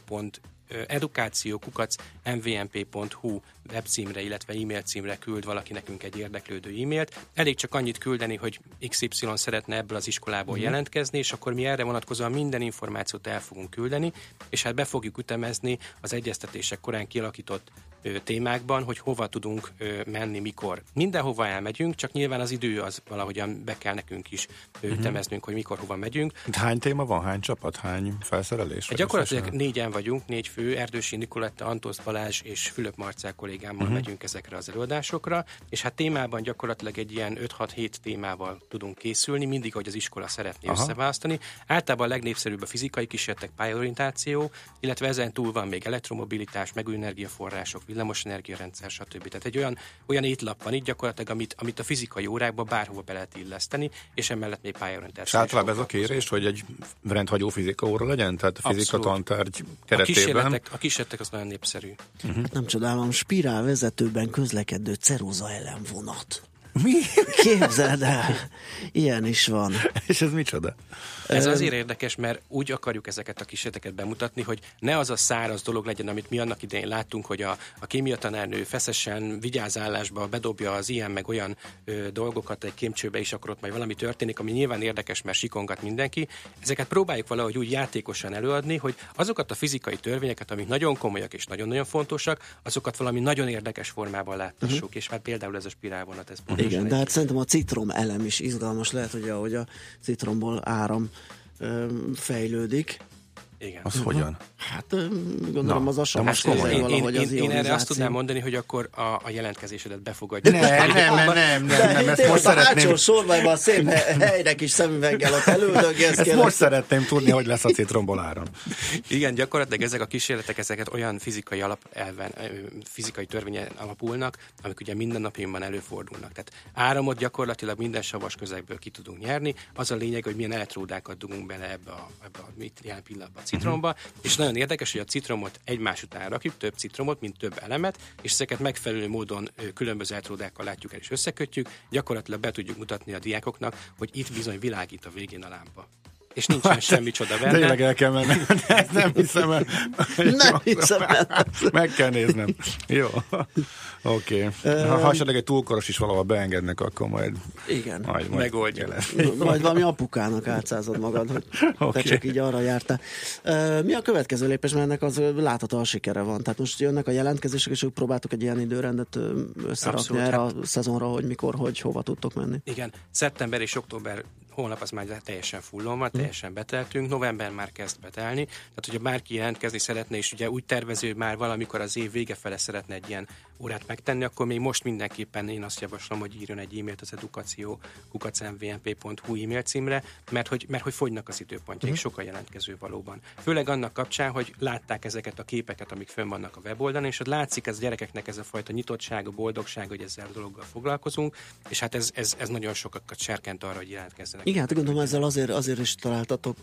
edukáció kukac em vé em pé pont hú webcímre, illetve e-mail címre küld valaki nekünk egy érdeklődő e-mailt. Elég csak annyit küldeni, hogy iksz ipszilon szeretne ebből az iskolából mm-hmm. jelentkezni, és akkor mi erre vonatkozóan minden információt el fogunk küldeni, és hát be fogjuk ütemezni az egyeztetések korán kialakított ö, témákban, hogy hova tudunk ö, menni, mikor. Mindenhova elmegyünk, csak nyilván az idő az valahogyan be kell nekünk is ö, mm-hmm. ütemeznünk, hogy mikor, hova megyünk. Hány téma van? Hány csapat? Hány felszerelés? Gyakorlatilag négyen vagyunk, négy fő, Erdősi Nikoletta, Antósz Balázs és Fülöp Marcell kollégámmal uh-huh. megyünk ezekre az előadásokra, és hát témában gyakorlatilag egy ilyen öt-hat-hét témával tudunk készülni, mindig, hogy az iskola szeretné Aha. összeválasztani. Általában a legnépszerűbb a fizikai kísérletek, pályorientáció, illetve ezen túl van még elektromobilitás, megújuló energiaforrások, villamos energiarendszer, stb. Tehát egy olyan, olyan étlap van itt gyakorlatilag, amit, amit a fizikai órákba bárhova be lehet illeszteni, és emellett még pályorientáció. És általában ez a kérés, hogy egy rendhagyó fizika óra legyen? Tehát a fizika tantárgy keretében. A kísérletek az nagyon népszerű. Uh-huh. Hát nem csodálom, spirál vezetőben közlekedő ceruza ellenvonat. Mi? Képzeld el, ilyen is van. És ez micsoda? Ez azért érdekes, mert úgy akarjuk ezeket a kísérleteket bemutatni, hogy ne az a száraz dolog legyen, amit mi annak idején láttunk, hogy a, a kémiatanárnő feszesen vigyázállásba bedobja az ilyen meg olyan ö, dolgokat egy kémcsőbe, és akkor ott majd valami történik, ami nyilván érdekes, mert sikongat mindenki. Ezeket próbáljuk valahogy úgy játékosan előadni, hogy azokat a fizikai törvényeket, amik nagyon komolyak és nagyon-nagyon fontosak, azokat valami nagyon érdekes formában láttassuk, uh-huh. és hát például ez a spirálvonat, ez pont. Igen, de hát szerintem a citrom elem is izgalmas lehet, hogy ahogy a citromból áram ö, fejlődik. Igen. Az uh-huh. hogyan? Hát gondolom Na, az a hát én, én, én, én erre azt tudnám mondani, hogy akkor a, a jelentkezésedet befogadjuk. Nem, nem, nem, nem, nem, nem, ezt most szeretném. A hátsó sorban a szép helyre kis szemüveggel ott elődögélsz. Ezt most szeretném tudni, hogy lesz a citromból áram. Igen, gyakorlatilag ezek a kísérletek, ezeket olyan fizikai alapelven, fizikai törvényen alapulnak, amik ugye mindennapjainkban előfordulnak. Tehát áramot gyakorlatilag minden savas közegből ki tudunk nyerni. Az a lényeg, hogy milyen elektródákat dugunk bele ebbe a, ebbe a mit, jelen pillanatban a citromba, uh-huh. és nagyon érdekes, hogy a citromot egymás után rakjuk, több citromot, mint több elemet, és ezeket megfelelő módon különböző elektródákkal látjuk el és összekötjük, gyakorlatilag be tudjuk mutatni a diákoknak, hogy itt bizony világít a végén a lámpa. És nincsen semmi csoda benne. Tényleg el kell mennem. Nem hiszem el. Nem hiszem el. Meg kell néznem. Jó. Oké. Okay. Ha, ha esetleg egy túlkoros is valahol beengednek, akkor majd... Igen. Majd, majd megoldja. Majd valami apukának átszázod magad, hogy okay. te csak így arra jártál. Mi a következő lépés, mert ennek az láthatóan sikere van. Tehát most jönnek a jelentkezések, és ők próbáltuk egy ilyen időrendet összerakni Abszolút, erre hát... a szezonra, hogy mikor, hogy hova tudtok menni. Igen. Szeptember és október hónap az már teljesen fullon van, teljesen beteltünk, november már kezd betelni, tehát hogyha bárki jelentkezni szeretne, és ugye úgy tervező, hogy már valamikor az év vége fele szeretne egy ilyen órát megtenni, akkor még most mindenképpen én azt javaslom, hogy írjon egy e-mailt az edukáció kukac m v n p pont h u e-mail címre, mert hogy, mert hogy fogynak az időpontjaik, uh-huh. sok a jelentkező valóban. Főleg annak kapcsán, hogy látták ezeket a képeket, amik fönn vannak a weboldalon, és ott látszik ez a gyerekeknek ez a fajta nyitottság, a boldogság, hogy ezzel a dologgal foglalkozunk, és hát ez, ez, ez nagyon sokakat serkent arra, hogy jelentkezzenek. Igen, hát gondolom ezzel azért, azért is találtatok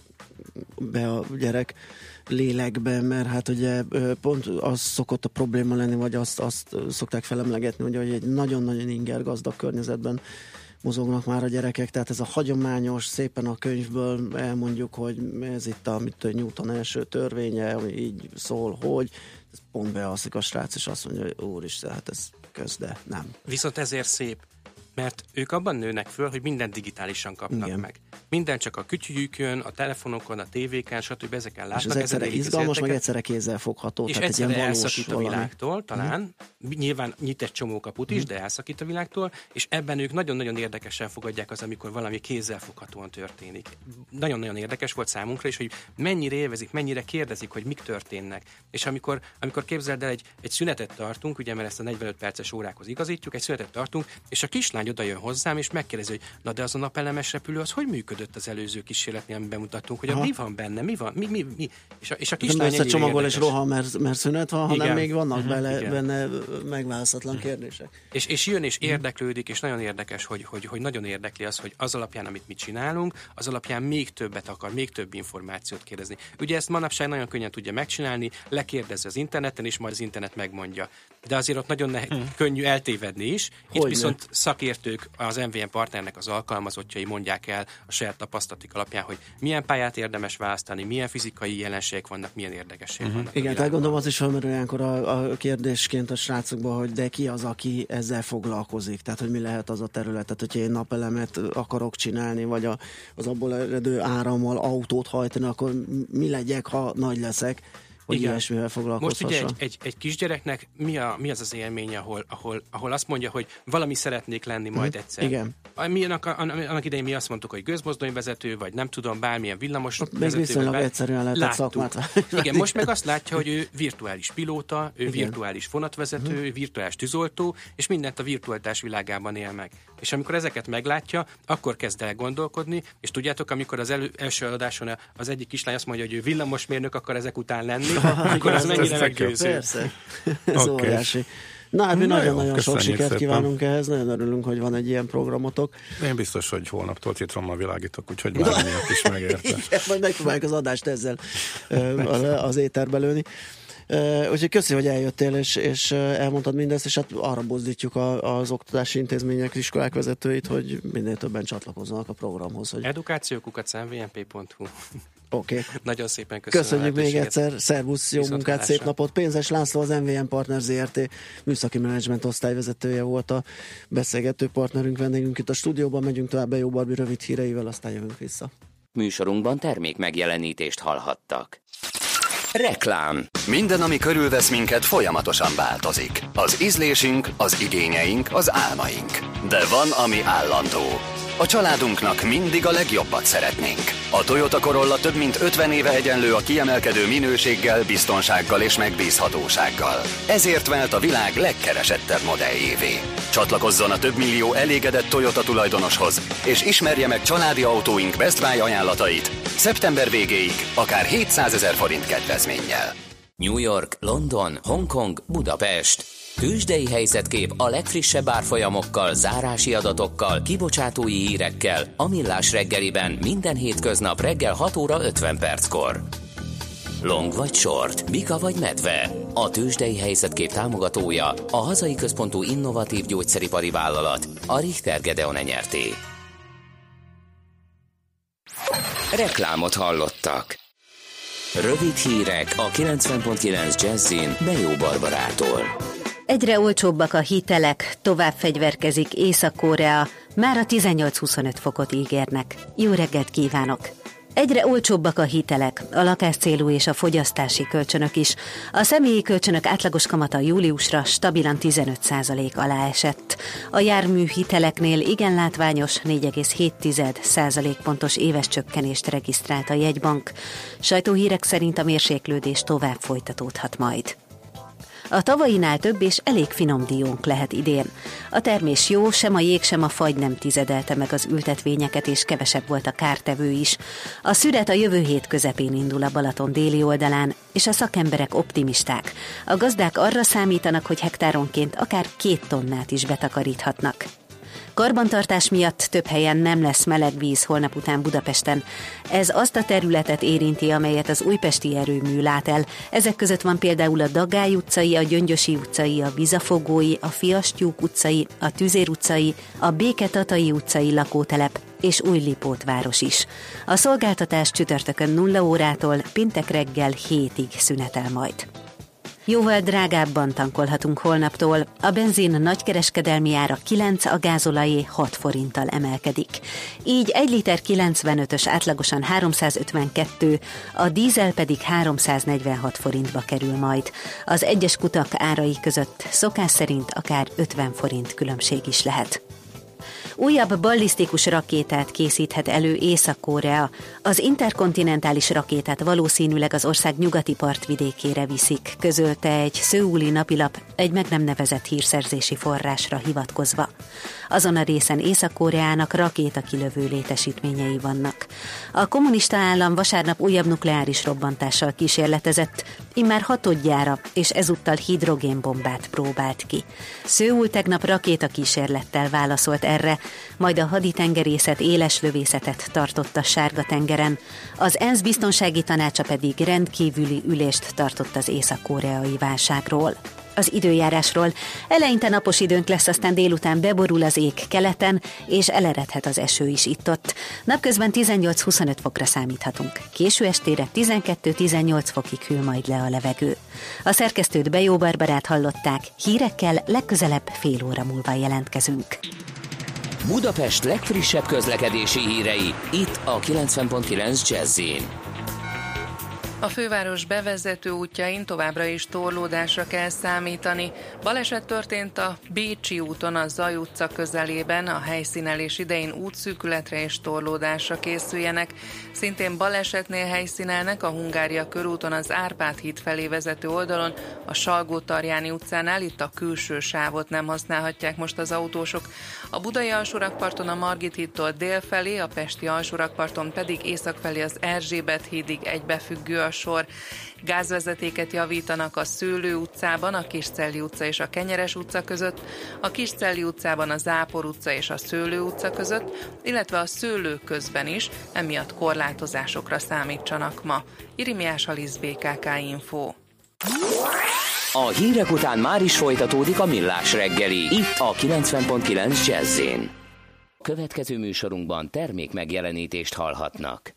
be a gyerek lélekbe, mert hát ugye pont az szokott a probléma lenni, vagy azt, azt szokták felemlegetni, hogy egy nagyon-nagyon inger gazdag környezetben mozognak már a gyerekek, tehát ez a hagyományos, szépen a könyvből elmondjuk, hogy ez itt a mit tudom, Newton első törvénye, ami így szól, hogy ez pont bealszik a srác, és azt mondja, hogy úristen, hát ez köz, de nem. Viszont ezért szép, mert ők abban nőnek föl, hogy mindent digitálisan kapnak Igen. meg. Minden csak a kütyüjükön, a telefonokon, a tévéken, stb. Ezeken látnak. És ez egyszerre izgalmas, meg egyszerre kézzel fogható. És egyszerre elszakít a világtól, talán. Mm. Nyilván nyit egy csomó kaput is, mm. de elszakít a világtól, és ebben ők nagyon-nagyon érdekesen fogadják az, amikor valami kézzel foghatóan történik. Nagyon-nagyon érdekes volt számunkra is, hogy mennyire élvezik, mennyire kérdezik, hogy mik történnek. És amikor, amikor képzeld el, egy, egy szünetet tartunk, ugye, mert ezt a negyvenöt perces órákhoz igazítjuk, egy szünetet tartunk, és a kislány oda jön hozzám, és megkérdezi, hogy na de az a napelemes repülő, az hogy működött az előző kísérletnél, amit bemutattunk, hogy a, mi van benne, mi van, mi, mi, mi. És a, és a kislány nem összecsomagol és rohan, mert, mert szünet van, hanem igen. még vannak uh-huh, bele, igen. benne megválaszthatlan kérdések. És, és jön és érdeklődik, és nagyon érdekes, hogy, hogy, hogy nagyon érdekli az, hogy az alapján, amit mi csinálunk, az alapján még többet akar, még több információt kérdezni. Ugye ezt manapság nagyon könnyen tudja megcsinálni, lekérdezi az interneten, és majd az internet megmondja. De azért ott nagyon ne- hmm. könnyű eltévedni is. Itt hogy viszont ne? Szakértők, az em vé en partnernek az alkalmazottjai mondják el a saját tapasztalatik alapján, hogy milyen pályát érdemes választani, milyen fizikai jelenségek vannak, milyen érdekességek uh-huh. vannak. Igen, tehát gondolom az is felmerül ilyenkor a, a kérdésként a srácokban, hogy de ki az, aki ezzel foglalkozik? Tehát, hogy mi lehet az a terület? Tehát, hogyha én napelemet akarok csinálni, vagy a, az abból eredő árammal autót hajtani, akkor mi legyek, ha nagy leszek? Hogy igen. ilyesmivel foglalkozhassa. Most ugye egy, egy, egy kisgyereknek mi, a, mi az az élmény, ahol, ahol, ahol azt mondja, hogy valami szeretnék lenni majd egyszer. Igen. Mi annak, annak idején mi azt mondtuk, hogy gőzmozdonyvezető, vagy nem tudom, bármilyen villamos ott vezető. Még viszonylag egyszerűen lehetett szakmát. Igen, most meg azt látja, hogy ő virtuális pilóta, ő igen. virtuális vonatvezető, uh-huh. ő virtuális tűzoltó, és mindent a virtualitás világában él meg. És amikor ezeket meglátja, akkor kezd el gondolkodni, és tudjátok, amikor az elő, első adáson az egyik kislány azt mondja, hogy ő villamosmérnök akar ezek után lenni, akkor az mennyire meggyőző. Persze, ez okay. óriási. Na hát mi Na nagyon-nagyon sok sikert szépen. Kívánunk ehhez, nagyon örülünk, hogy van egy ilyen programotok. Én biztos, hogy holnaptól citrommal világítok, úgyhogy bármiatt is megérte. Igen, majd megpróbáljuk az adást ezzel az éterbe lőni. Uh, úgyhogy köszi, hogy eljöttél, és, és elmondtad mindezt, és hát arra buzdítjuk a, az oktatási intézmények, iskolák vezetőit, hogy minél többen csatlakozzanak a programhoz. Hogy... edukáció kukac em vé en pé pont hu Oké. Okay. Nagyon szépen köszönöm. Köszönjük még egyszer, szervusz, jó munkát, szép napot. Pénzes László, az em vé en Partner zé er té műszaki menedzsment osztályvezetője volt a beszélgető partnerünk, vendégünk itt a stúdióban. Megyünk tovább be Jó Barbi rövid híreivel, aztán jövünk vissza. Műsorunkban termék megjelenítést hallhattak. Reklám. Minden, ami körülvesz minket, folyamatosan változik. Az ízlésünk, az igényeink, az álmaink. De van, ami állandó. A családunknak mindig a legjobbat szeretnénk. A Toyota Corolla több mint ötven éve egyenlő a kiemelkedő minőséggel, biztonsággal és megbízhatósággal. Ezért vált a világ legkeresettebb modelljévé. Csatlakozzon a több millió elégedett Toyota tulajdonoshoz, és ismerje meg családi autóink Best Buy ajánlatait szeptember végéig, akár hétszázezer forint kedvezménnyel. New York, London, Hongkong, Budapest. Tőzsdei helyzetkép a legfrissebb árfolyamokkal, zárási adatokkal, kibocsátói hírekkel a Millás reggeliben minden hétköznap reggel hat óra ötven perckor. Long vagy short, bika vagy medve. A tőzsdei helyzetkép támogatója a hazai központú innovatív gyógyszeripari vállalat, a Richter Gedeon Nyrt. Reklámot hallottak. Rövid hírek a kilencven pont kilenc Jazzin Bejó Barbarától. Egyre olcsóbbak a hitelek, tovább fegyverkezik Észak-Korea, már a tizennyolc-huszonöt fokot ígérnek. Jó reggelt kívánok! Egyre olcsóbbak a hitelek, a lakáscélú és a fogyasztási kölcsönök is. A személyi kölcsönök átlagos kamata júliusra stabilan tizenöt százalék alá esett. A jármű hiteleknél igen látványos négy egész hét százalékpontos éves csökkenést regisztrált a jegybank. Sajtóhírek szerint a mérséklődés tovább folytatódhat majd. A tavainál több és elég finom diónk lehet idén. A termés jó, sem a jég, sem a fagy nem tizedelte meg az ültetvényeket, és kevesebb volt a kártevő is. A szüret a jövő hét közepén indul a Balaton déli oldalán, és a szakemberek optimisták. A gazdák arra számítanak, hogy hektáronként akár két tonnát is betakaríthatnak. Karbantartás miatt több helyen nem lesz meleg víz holnap után Budapesten. Ez azt a területet érinti, amelyet az újpesti erőmű lát el. Ezek között van például a Dagály utcai, a Gyöngyösi utcai, a Vizafogói, a Fiastyúk utcai, a Tüzér utcai, a Béketatai utcai lakótelep és Újlipótváros is. A szolgáltatás csütörtökön nulla órától péntek reggel hétig szünetel majd. Jóval drágábban tankolhatunk holnaptól. A benzin nagykereskedelmi ára kilenc, a gázolajé hat forinttal emelkedik. Így egy liter kilencvenötös átlagosan háromszázötvenkettő, a dízel pedig háromszáznegyvenhat forintba kerül majd. Az egyes kutak árai között szokás szerint akár ötven forint különbség is lehet. Újabb ballisztikus rakétát készíthet elő Észak-Korea. Az interkontinentális rakétát valószínűleg az ország nyugati partvidékére viszik, közölte egy szöuli napilap egy meg nem nevezett hírszerzési forrásra hivatkozva. Azon a részen Észak-Koreának rakétakilövő létesítményei vannak. A kommunista állam vasárnap újabb nukleáris robbantással kísérletezett, immár hatodjára, és ezúttal hidrogénbombát próbált ki. Szöul tegnap rakétakísérlettel válaszolt erre, majd a haditengerészet éles lövészetet tartott a Sárga-tengeren. Az ENSZ biztonsági tanácsa pedig rendkívüli ülést tartott az észak-koreai válságról. Az időjárásról: eleinte napos időnk lesz, aztán délután beborul az ég keleten, és eleredhet az eső is itt-ott. Napközben tizennyolc-huszonöt fokra számíthatunk. Késő estére tizenkettő-tizennyolc fokig hűl majd le a levegő. A szerkesztőt Bejó Barbarát hallották, hírekkel legközelebb fél óra múlva jelentkezünk. Budapest legfrissebb közlekedési hírei, itt a kilencven pont kilenc Jazz-in. A főváros bevezető útjain továbbra is torlódásra kell számítani. Baleset történt a Bécsi úton, a Zaj utca közelében, a helyszínelés idején útszűkületre és torlódásra készüljenek. Szintén balesetnél helyszínelnek a Hungária körúton, az Árpád híd felé vezető oldalon, a Salgó-Tarjáni utcánál, itt a külső sávot nem használhatják most az autósok. A budai alsórakparton a Margit hídtól dél felé, a pesti alsórakparton pedig észak felé az Erzsébet hídig egybefüggő a sor. Gázvezetéket javítanak a Szőlő utcában, a Kiscelli utca és a Kenyeres utca között, a Kiscelli utcában a Zápor utca és a Szőlő utca között, illetve a Szőlő közben is, emiatt korlátozásokra számítsanak ma. Irimiás Alisz, bé ká ká Info. A hírek után már is folytatódik a Millás reggeli, itt a kilencven pont kilenc Jazz-én. Következő műsorunkban termék megjelenítést hallhatnak.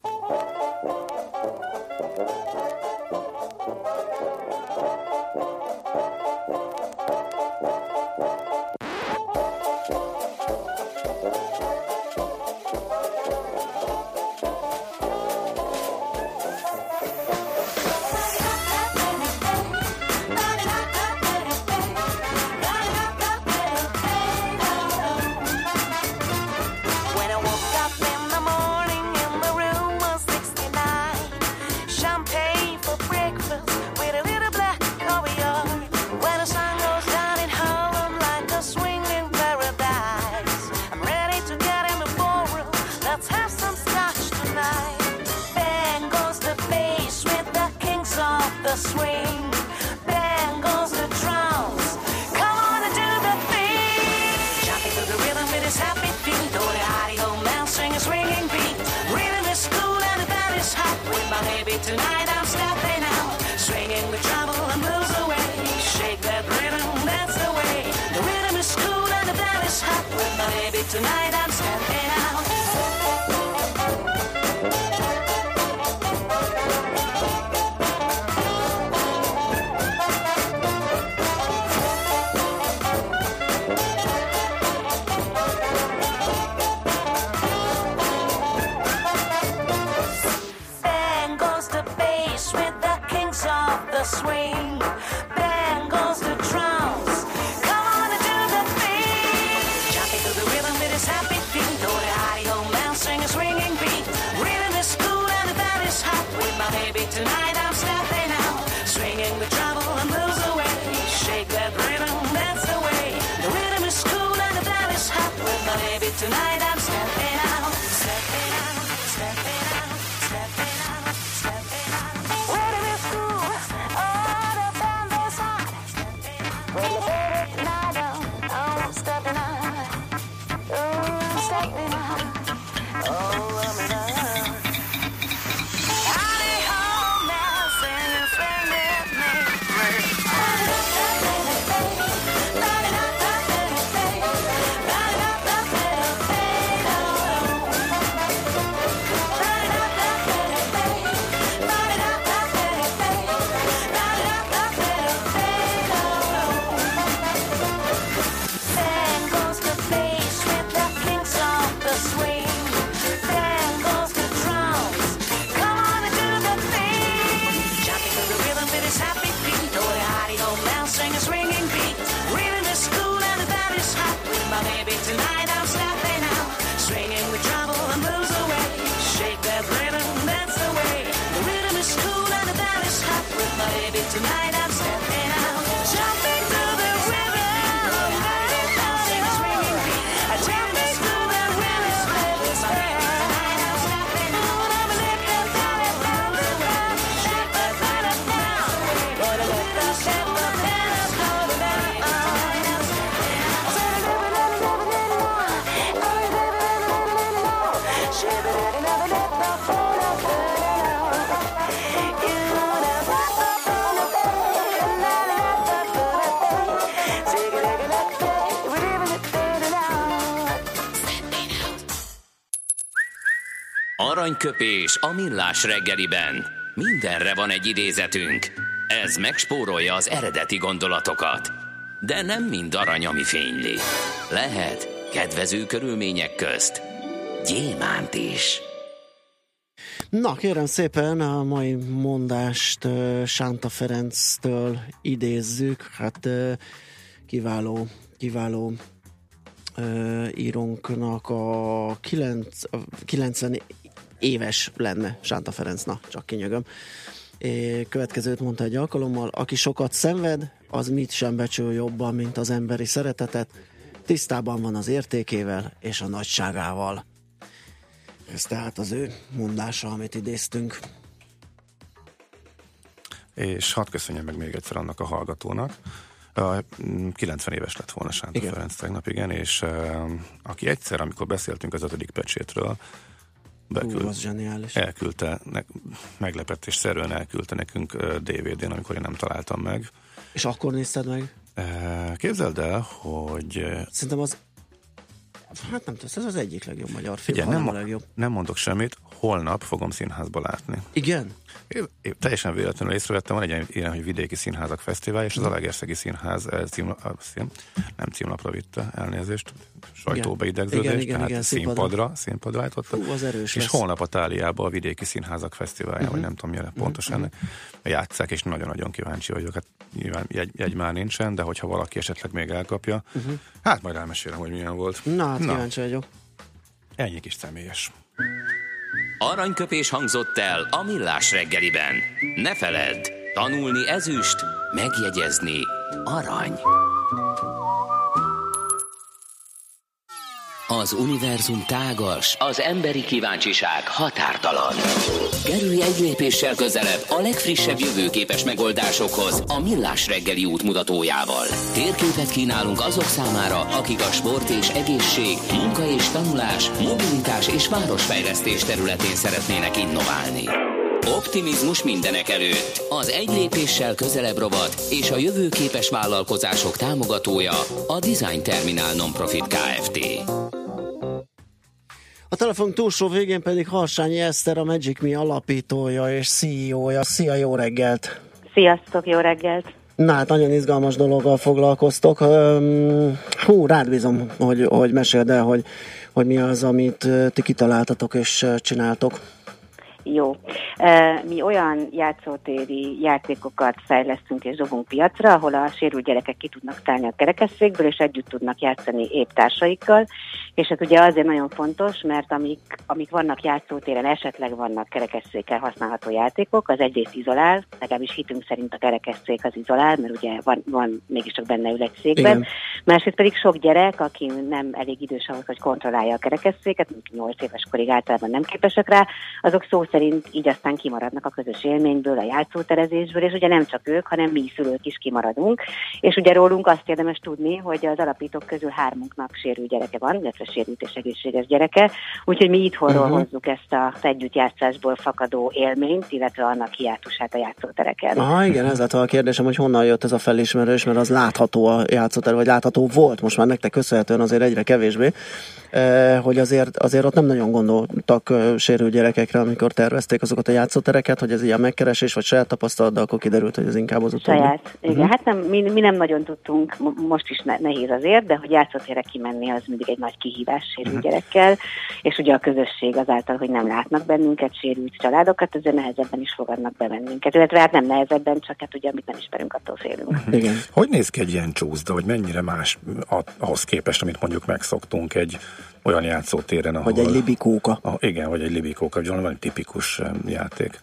Tonight I'm stepping out, swinging the trouble and blues away. Shake that rhythm, that's the way. The rhythm is cool and the band is hot. With my baby tonight I'm stepping out. Swing, bang goes the drums. Come on and do the thing. Jumping to the rhythm with his happy feet. Oh, the hidey old man sing a swinging beat. Rhythm is cool and the band is hot. With my baby tonight I'm stepping out, swinging the trouble and blues away. Shake that rhythm, that's the way. The rhythm is cool and the band is hot. With my baby tonight I'm stepping out, stepping out, stepping out, stepping out, stepping out. Rhythm is cool. Tonight I'm stepping out, swinging the trouble and blues away. Shake that rhythm, that's the way. The rhythm is cool and the band is hot. With my baby tonight I'm stepping out, jumping to the rhythm. Dancing a swinging beat, jumping to the rhythm. With my baby tonight I'm stepping out. I'm lifting down and down the road. Shake that rhythm down. Gonna let the shake the band up, go to bed. Aranyköpés a Millás reggeliben. Mindenre van egy idézetünk. Ez megspórolja az eredeti gondolatokat. De nem mind arany, ami fényli. Lehet kedvező körülmények közt gyémánt is. Na, kérem szépen, a mai mondást uh, Sánta Ferenctől idézzük. Hát uh, kiváló, kiváló uh, írónknak a kilencven éves lenne Sánta Ferenc, na, csak kinyögöm. É, következőt mondta egy alkalommal: aki sokat szenved, az mit sem becsül jobban, mint az emberi szeretetet, tisztában van az értékével és a nagyságával. Ez tehát az ő mondása, amit idéztünk. És hadd köszönjem meg még egyszer annak a hallgatónak. kilencven éves lett volna Sánta igen. Ferenc tegnap, igen, és uh, aki egyszer, amikor beszéltünk az ötödik pecsétről, beküld, Hú, az zseniális. elküldte, ne, meglepetésszerűen elküldte nekünk dé vé dén, amikor én nem találtam meg. És akkor nézted meg? Képzeld el, hogy... Szerintem az... Hát nem tudom, ez az egyik legjobb magyar film, Figyelj, nem, nem a legjobb. Nem mondok semmit, holnap fogom színházba látni. Igen? Én, én teljesen véletlenül észrevettem, van egy ilyen, hogy Vidéki Színházak Fesztivál, és az Zalaegerszegi Színház cím, cím, nem címlapra vitte, elnézést, sajtóba idegződést, igen, igen, tehát igen, színpadra, színpadra állította. Fú, az erős és lesz. holnap a Táliában a Vidéki Színházak Fesztiválja, uh-huh. vagy nem tudom, milyen pontosan uh-huh. játsszák, és nagyon-nagyon kíváncsi vagyok. Hát nyilván jegy, jegy már nincsen, de hogyha valaki esetleg még elkapja, uh-huh. hát majd elmesélem, hogy milyen volt. Na, hát Na. kíváncsi vagyok. Ennyi kis személyes. Aranyköpés hangzott el a Millás reggeliben. Ne feledd, tanulni ezüst, megjegyezni arany. Az univerzum tágas, az emberi kíváncsiság határtalan. Kerülj egy lépéssel közelebb a legfrissebb jövőképes megoldásokhoz a Millás reggeli útmutatójával. Térképet kínálunk azok számára, akik a sport és egészség, munka és tanulás, mobilitás és városfejlesztés területén szeretnének innoválni. Optimizmus mindenek előtt. Az egy lépéssel közelebb rovat és a jövőképes vállalkozások támogatója a Design Terminál Non-Profit Kft. A telefon túlsó végén pedig Harsányi Eszter, a Magic Me alapítója és cé e ó-ja. Szia, jó reggelt! Sziasztok, jó reggelt! Na hát nagyon izgalmas dologgal foglalkoztok. Hú, rád bízom, hogy, hogy meséld el, hogy, hogy mi az, amit ti kitaláltatok és csináltok. Jó. Mi olyan játszótéri játékokat fejlesztünk és dobunk piacra, ahol a sérült gyerekek ki tudnak szállni a kerekesszékből, és együtt tudnak játszani épp társaikkal. És ez ugye azért nagyon fontos, mert amik, amik vannak játszótéren, esetleg vannak kerekesszékkel használható játékok, az egyrészt izolál, legalábbis hitünk szerint a kerekesszék az izolál, mert ugye van, van mégiscsak benne ül egy székben. Igen. Másrészt pedig sok gyerek, aki nem elég idős ahhoz, hogy kontrollálja a kerekesszéket, nyolc éves korig általában nem képesek rá, azok szó szerint így aztán kimaradnak a közös élményből, a játszóterezésből, és ugye nem csak ők, hanem mi szülők is kimaradunk. És ugye rólunk azt érdemes tudni, hogy az alapítók közül hármunknak sérült gyereke van, illetve sérült és egészséges gyereke, úgyhogy mi itthonról uh-huh. hozzuk ezt az együttjátszásból fakadó élményt, illetve annak hiátusát a játszótereken. Ah, igen, ez lett a kérdésem, hogy honnan jött ez a felismerés, mert az látható a játszóter, vagy látható volt, most már nektek köszönhetően azért egyre kevésbé, eh, hogy azért, azért ott nem nagyon gondoltak uh, sérült gyerekekre, amikor tervezték azokat a játszótereket, hogy ez ilyen megkeresés, vagy saját tapasztalat, de akkor kiderült, hogy ez inkább az utóbbi. Saját, igen. Uh-huh. Hát nem, mi, mi nem nagyon tudtunk, most is ne, nehéz azért, de hogy játszótérre kimenni, az mindig egy nagy kihívás sérült uh-huh. gyerekkel, és ugye a közösség azáltal, hogy nem látnak bennünket, sérült családokat, azért nehezebben is fogadnak be bennünket. Illetve hát nem nehezebben, csak hát ugye, amit nem ismerünk, attól félünk. Uh-huh. Igen. Hogy néz ki egy ilyen csúszda, vagy mennyire más ahhoz képest, amit mondjuk megszoktunk egy olyan játszótéren, ahol... Vagy egy libikóka. Ah, igen, vagy egy libikóka, vagy valami tipikus játék.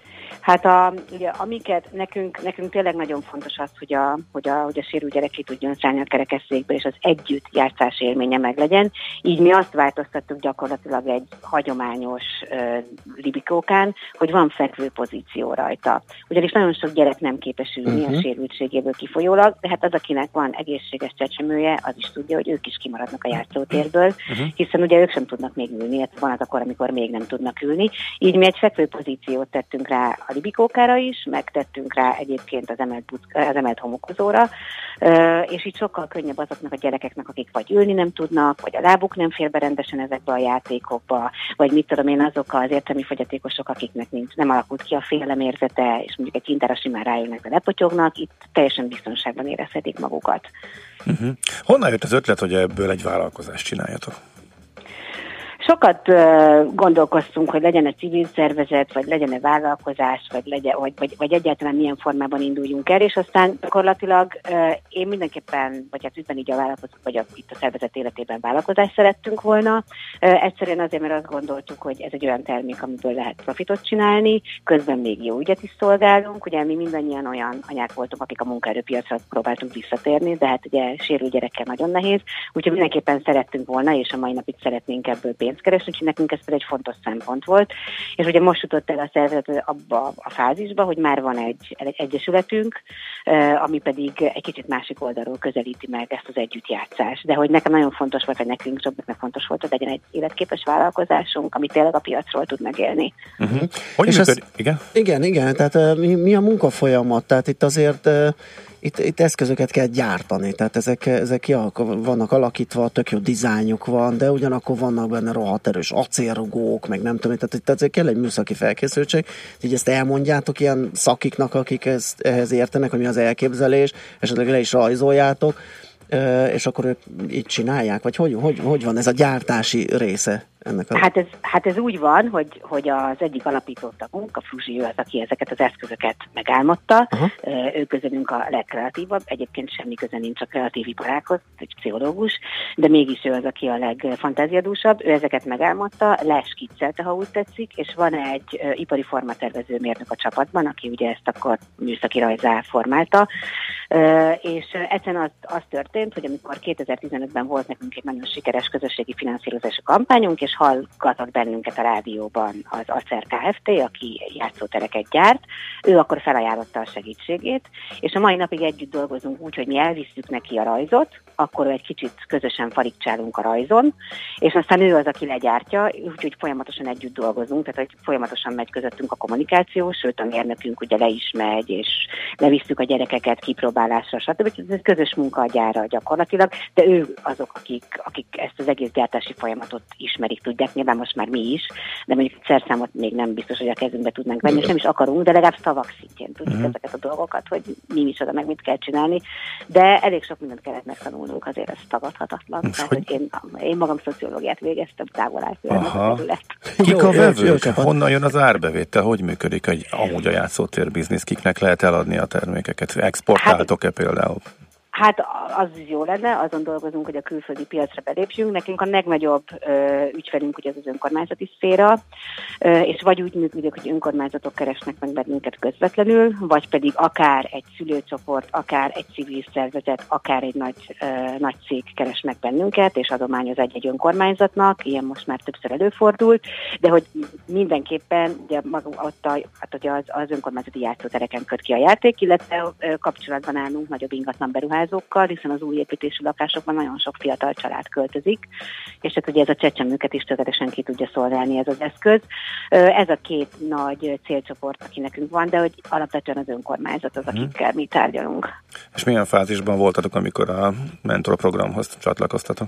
Hát a, ugye, amiket nekünk, nekünk tényleg nagyon fontos az, hogy a, hogy a, hogy a sérült gyerek ki tudjon szállni a kerekesszékbe, és az együtt játszás élménye meg legyen. Így mi azt változtattuk gyakorlatilag egy hagyományos uh, libikókán, hogy van fekvő pozíció rajta. Ugyanis nagyon sok gyerek nem képes ülni uh-huh. a sérültségéből kifolyólag, de hát az, akinek van egészséges csecsemője, az is tudja, hogy ők is kimaradnak a játszótérből, uh-huh. hiszen ugye ők sem tudnak még ülni, van az akkor, amikor még nem tudnak ülni. Így mi egy fekvő pozíciót tettünk rá a libikókára is, megtettünk rá egyébként az emelt, buc- az emelt homokozóra, és így sokkal könnyebb azoknak a gyerekeknek, akik vagy ülni nem tudnak, vagy a lábuk nem fér be rendesen ezekbe a játékokba, vagy mit tudom én, azok az értelmi fogyatékosok, akiknek nincs, nem alakult ki a félelérzete, és mondjuk egy kintára simán rájönnek, de lepotyognak, itt teljesen biztonságban érezhetik magukat. Uh-huh. Honnan jött az ötlet, hogy ebből egy vállalkozást csináljatok? Sokat uh, gondolkoztunk, hogy legyen egy civil szervezet, vagy legyen egy vállalkozás, vagy, legyen, vagy, vagy, vagy egyáltalán milyen formában induljunk el, és aztán gyakorlatilag uh, én mindenképpen, vagy hát ügyben így a vállalkozás, vagy a, itt a szervezet életében vállalkozást szerettünk volna. Uh, egyszerűen azért, mert azt gondoltuk, hogy ez egy olyan termék, amiből lehet profitot csinálni, közben még jó ügyet is szolgálunk. Ugye mi mindannyian olyan anyák voltunk, akik a munkaerőpiacra próbáltunk visszatérni, de hát ugye sérült gyerekkel nagyon nehéz, úgyhogy mindenképpen szerettünk volna, és a mai napig szeretnénk ebből pénzt pénzt keresni, úgyhogy nekünk ez egy fontos szempont volt. És ugye most jutott el a szervezet abba a fázisba, hogy már van egy, egy egyesületünk, ami pedig egy kicsit másik oldalról közelíti meg ezt az együttjátszást. De hogy nekem nagyon fontos volt, hogy nekünk többnek fontos volt, hogy legyen egy életképes vállalkozásunk, ami tényleg a piacról tud megélni. Uh-huh. Hogy és működik? Ez, igen? Igen, igen, tehát mi, mi a munkafolyamat? Tehát itt azért itt, itt eszközöket kell gyártani, tehát ezek, ezek ja, vannak alakítva, tök jó dizájnjuk van, de ugyanakkor vannak benne rohadt erős acélrugók, meg nem tudom, tehát itt azért kell egy műszaki felkészültség, így ezt elmondjátok ilyen szakiknak, akik ezt, ehhez értenek, hogy mi az elképzelés, esetleg le is rajzoljátok, és akkor ők így csinálják, vagy hogy, hogy, hogy van ez a gyártási része ennek a... Hát ez, hát ez úgy van, hogy, hogy az egyik alapító tagunk, a Fruzsi, ő az, aki ezeket az eszközöket megálmodta. Aha. Ő közülünk a legkreatívabb, egyébként semmi köze nincs a kreatív iparákhoz, egy pszichológus, de mégis ő az, aki a legfantáziadúsabb. Ő ezeket megálmodta, leskiccelte, ha úgy tetszik, és van egy uh, ipari formatervező mérnök a csapatban, aki ugye ezt akkor műszaki rajzá formálta, uh, és uh, egyszerűen az, az történt, hogy amikor kétezer-tizenötben volt nekünk egy nagyon sikeres közösségi finanszírozási kampányunk, és hallgatott bennünket a rádióban az Acer Kft., aki játszótereket gyárt, ő akkor felajánlotta a segítségét, és a mai napig együtt dolgozunk úgy, hogy mi elvisszük neki a rajzot, akkor egy kicsit közösen farigcsálunk a rajzon, és aztán ő az, aki legyártja, úgyhogy folyamatosan együtt dolgozunk, tehát hogy folyamatosan megy közöttünk a kommunikáció, sőt a mérnökünk ugye le is megy, és levisszük a gyerekeket kipróbálásra, stb. Ez közös munka a gyárra gyakorlatilag, de ő azok, akik, akik ezt az egész gyártási folyamatot ismerik, tudják, nyilván most már mi is, de mondjuk szerszámot még nem biztos, hogy a kezünkbe tudnánk venni, és nem is akarunk, de legalább szavak szintjén tudjuk uh-huh. ezeket a dolgokat, hogy mi is oda meg mit kell csinálni, de elég sok mindent kellett megtanulnunk, azért ez tagadhatatlan. Tehát, hogy én, én magam szociológiát végeztem, távol állt a terület. Kik a vevők? Honnan jön az árbevétel? Hogy működik egy amúgy a játszótér biznisz? Kiknek lehet eladni a termékeket? Exportáltok-e például? Hát az jó lenne, azon dolgozunk, hogy a külföldi piacra belépjünk. Nekünk a legnagyobb ö, ügyfelünk ugye az az önkormányzati szféra, ö, és vagy úgy működik, hogy önkormányzatok keresnek meg bennünket közvetlenül, vagy pedig akár egy szülőcsoport, akár egy civil szervezet, akár egy nagy, ö, nagy cég keres meg bennünket, és adományoz egy-egy önkormányzatnak, ilyen most már többször előfordult, de hogy mindenképpen ugye maga ott a, hát ugye az, az önkormányzati játszótereken köt ki a játék, illetve ö, kapcsolatban állunk nagyobb ingatlan beruházókkal, hiszen az új építésű lakásokban nagyon sok fiatal család költözik, és hát ugye ez a csecsemőket is tökéletesen ki tudja szolgálni ez az eszköz. Ez a két nagy célcsoport, aki nekünk van, de hogy alapvetően az önkormányzat az, akikkel mi tárgyalunk. És milyen fázisban voltatok, amikor a mentor programhoz csatlakoztatok?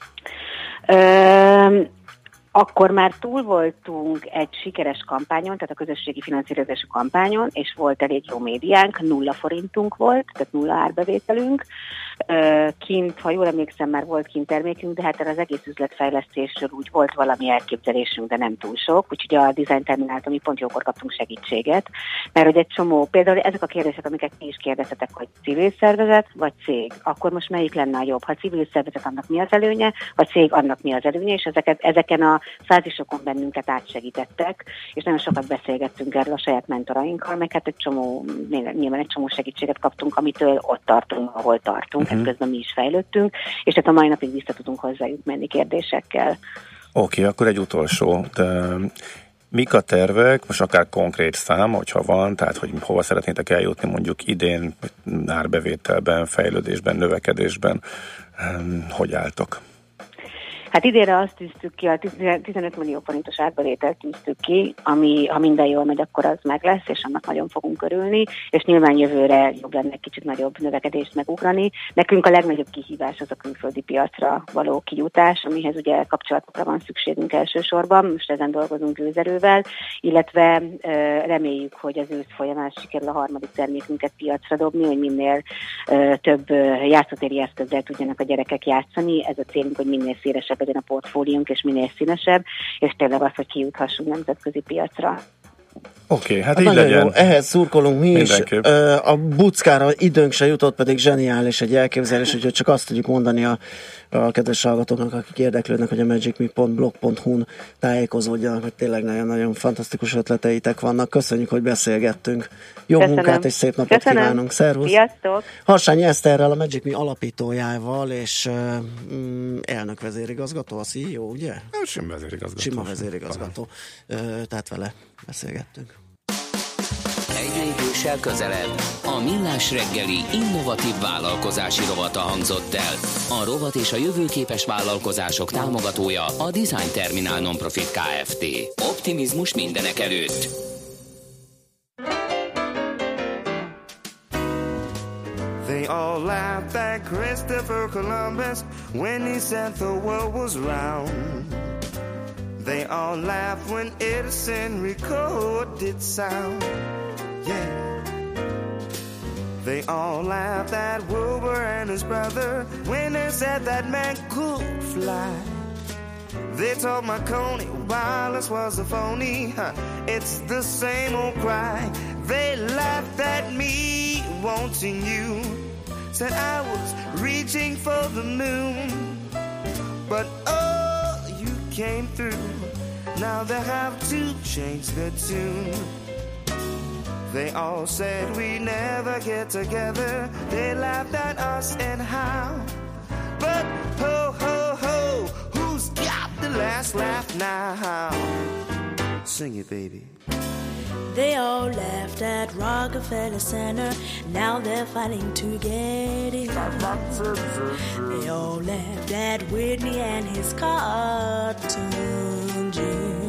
Ö- Akkor már túl voltunk egy sikeres kampányon, tehát a közösségi finanszírozási kampányon, és volt elég jó médiánk, nulla forintunk volt, tehát nulla árbevételünk. Kint, ha jól emlékszem, már volt kint termékünk, de hát az egész üzletfejlesztésről úgy volt valami elképzelésünk, de nem túl sok, úgyhogy a Design Termináltól mi pont jókor kaptunk segítséget, mert hogy egy csomó, például ezek a kérdések, amiket ti is kérdeztetek, hogy civil szervezet vagy cég, akkor most melyik lenne a jobb? Ha civil szervezet, annak mi az előnye, vagy cég, annak mi az előnye, és ezeket, ezeken a fázisokon bennünket átsegítettek, és nagyon sokat beszélgettünk erről a saját mentorainkkal, meg hát egy csomó, nyilván egy csomó segítséget kaptunk, amitől ott tartunk, ahol tartunk, uh-huh. hát közben mi is fejlődtünk, és hát a mai napig vissza tudunk hozzájuk menni kérdésekkel. Oké, okay, akkor egy utolsó, de mik a tervek, most akár konkrét szám, hogyha van, tehát hogy hova szeretnétek eljutni mondjuk idén, árbevételben, fejlődésben, növekedésben, hogy álltok? Hát idénre azt tűztük ki, a tizenöt millió forintos árbevételt tűztük ki, ami, ha minden jól megy, akkor az meg lesz, és annak nagyon fogunk örülni, és nyilván jövőre jobb lenne egy kicsit nagyobb növekedést megugrani. Nekünk a legnagyobb kihívás az a külföldi piacra való kijutás, amihez ugye kapcsolatokra van szükségünk elsősorban, most ezen dolgozunk gőzerővel, illetve e, reméljük, hogy az ősz folyamán sikerül a harmadik termékünket piacra dobni, hogy minél e, több játszótéri eszközzel tudjanak a gyerekek játszani. Ez a célunk, hogy minél szélesebb legyen a portfóliónk, és minél színesebb, és tényleg az, hogy kijuthassunk nemzetközi piacra. Oké, okay, hát így nagyon legyen. Jó. Ehhez szurkolunk mi is. A buckára időnk se jutott, pedig zseniális egy elképzelés, úgyhogy csak azt tudjuk mondani a, a kedves hallgatóknak, akik érdeklődnek, hogy a magicme pont blog pont hu-n tájékozódjanak, hogy tényleg nagyon-nagyon fantasztikus ötleteitek vannak. Köszönjük, hogy beszélgettünk. Jó Köszönöm. munkát és szép napot Köszönöm. kívánunk. Szervusz! Sziasztok! Harsányi Eszterrel, a magicme alapítójával és uh, elnök vezérigazgató, a C E O, ugye? Sima vezérigazgató. Sima vezérigazgató. Uh, tehát vele beszélgettünk. Egyre időssel közelebb a Millás reggeli innovatív vállalkozási rovata hangzott el. A rovat és a jövőképes vállalkozások támogatója a Design Terminal Nonprofit Kft. Optimizmus mindenek előtt. They all laughed at Christopher Columbus when he said the world was round. They all laughed when Edison recorded sound. Yeah. They all laughed at Wilbur and his brother when they said that man could fly. They told Marconi wireless was a phony. Huh. It's the same old cry. They laughed at me wanting you. Said I was reaching for the moon. But oh, you came through. Now they have to change the tune. They all said we never get together. They laughed at us and how. But ho, ho, ho, who's got the last laugh now? Sing it, baby. They all laughed at Rockefeller Center. Now they're fighting to get it. They all laughed at Whitney and his cartoon gin.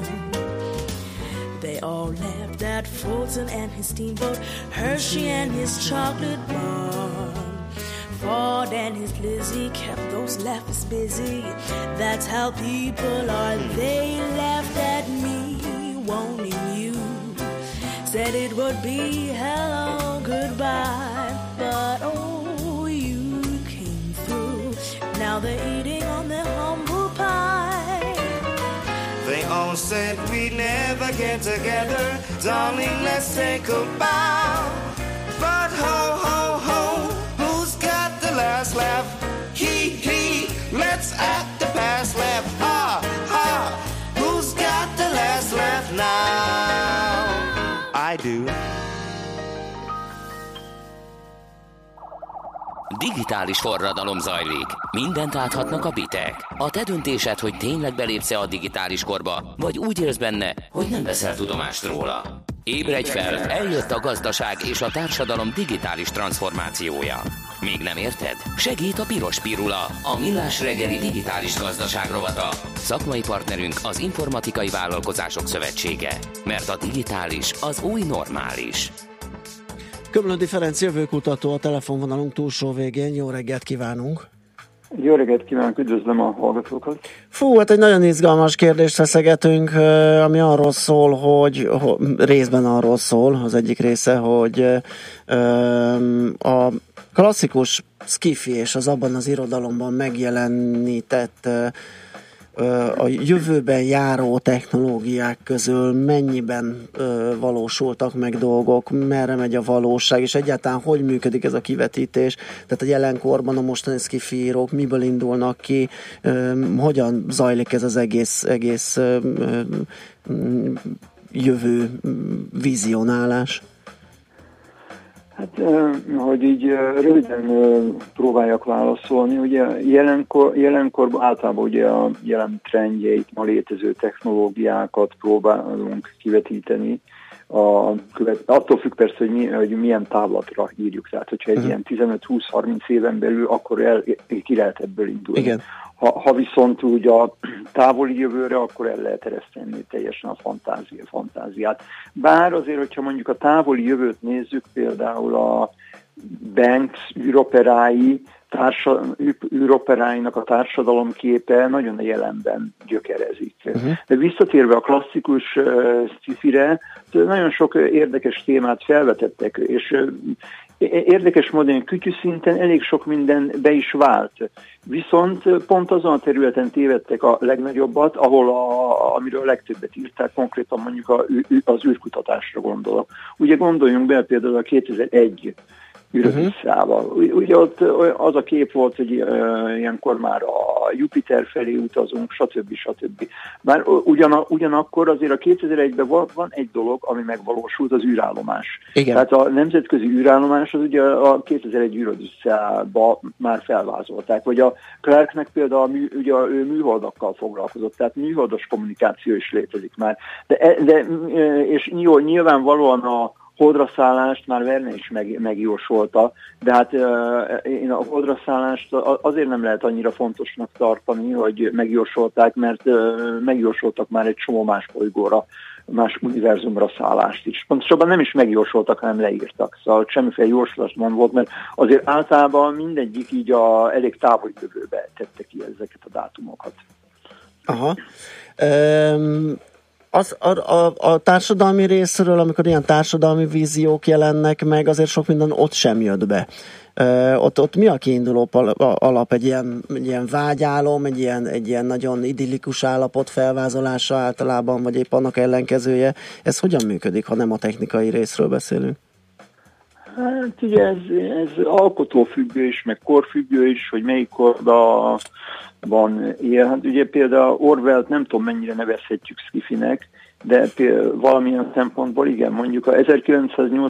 They all laughed at Fulton and his steamboat, Hershey and his chocolate bar. Ford and his Lizzie kept those laughers busy. That's how people are. They laughed at me wanting you. Said it would be hello, goodbye. But oh, you came through. Now they're eating on their humble pie. They all said we'd never get together. Darling, let's say goodbye. But ho, ho, ho, who's got the last laugh? He, he, let's act the past laugh. Ha, ha, who's got the last laugh now? I do. Digitális forradalom zajlik. Mindent áthatnak a bitek. A te döntésed, hogy tényleg belépsz-e a digitális korba, vagy úgy élsz benne, hogy nem veszel tudomást róla. Ébredj fel, eljött a gazdaság és a társadalom digitális transformációja. Még nem érted? Segít a Piros Pirula, a Millás reggeli digitális gazdaság rovata. Szakmai partnerünk az Informatikai Vállalkozások Szövetsége. Mert a digitális az új normális. Kömlöndi Ferenc jövőkutató a telefonvonalunk túlsó végén. Jó reggelt kívánunk! Jó reggelt kívánok, üdvözlöm a hallgatókat! Fú, hát egy nagyon izgalmas kérdést feszegetünk, ami arról szól, hogy részben arról szól, az egyik része, hogy a klasszikus sci-fi és az abban az irodalomban megjelenített a jövőben járó technológiák közül mennyiben ö, valósultak meg dolgok, merre megy a valóság, és egyáltalán hogy működik ez a kivetítés, tehát a jelenkorban a mostani sci-fi írók miből indulnak ki, ö, hogyan zajlik ez az egész, egész ö, ö, jövő vizionálás? Hát, hogy így röviden próbáljak válaszolni, ugye jelenkor, jelenkorban általában ugye a jelen trendjeit, ma létező technológiákat próbálunk kivetíteni. A, attól függ persze, hogy, mi, hogy milyen távlatra írjuk. Tehát, hogyha egy uh-huh. ilyen tizenöt-húsz-harminc éven belül, akkor el, ki lehet ebből indulni. Igen. Ha, ha viszont úgy a távoli jövőre, akkor el lehet ereszteni teljesen a fantázia, fantáziát. Bár azért, hogyha mondjuk a távoli jövőt nézzük, például a Banks űroperái társa, űroperáinak a társadalomképe nagyon a jelenben gyökerezik. Uh-huh. De visszatérve a klasszikus uh, sci-fire, nagyon sok érdekes témát felvetettek, és uh, érdekes módon kütyű szinten elég sok minden be is vált. Viszont pont azon a területen tévedtek a legnagyobbat, ahol a, amiről a legtöbbet írták, konkrétan mondjuk a, az űrkutatásra gondolok. Ugye gondoljunk be például a kétezer-egy űrövisszával. Uh-huh. Ugye ott az a kép volt, hogy uh, ilyenkor már a Jupiter felé utazunk, stb. stb. Bár ugyan, ugyanakkor azért a kétezer-egyben van, van egy dolog, ami megvalósult, az űrállomás. Igen. Tehát a nemzetközi űrállomás az ugye a kétezer-egy űrövisszába már felvázolták, vagy a Clarknek például mű, ugye ő műholdakkal foglalkozott, tehát műholdas kommunikáció is létezik már. De, de és jó, nyilvánvalóan a holdra szállást már Verne is meg, megjósolta, de hát uh, én a holdra szállást azért nem lehet annyira fontosnak tartani, hogy megjósolták, mert uh, megjósoltak már egy csomó más bolygóra, más univerzumra szállást is. Pontosabban nem is megjósoltak, hanem leírtak. Szóval semmiféle jóslás nem volt, mert azért általában mindegyik így a elég távoli jövőbe tette ki ezeket a dátumokat. Aha. Um... Az, a, a, a társadalmi részről, amikor ilyen társadalmi víziók jelennek meg, azért sok minden ott sem jött be. Ö, ott, ott mi a kiinduló alap? Egy ilyen, egy ilyen vágyálom, egy ilyen, egy ilyen nagyon idillikus állapot felvázolása általában, vagy épp annak ellenkezője? Ez hogyan működik, ha nem a technikai részről beszélünk? Hát ugye ez, ez alkotófüggő is, meg korfüggő is, hogy melyik korban van ilyen. Hát ugye például Orwellt nem tudom mennyire nevezhetjük sci-finek, de például valamilyen szempontból igen, mondjuk a ezerkilencszáznyolcvanöt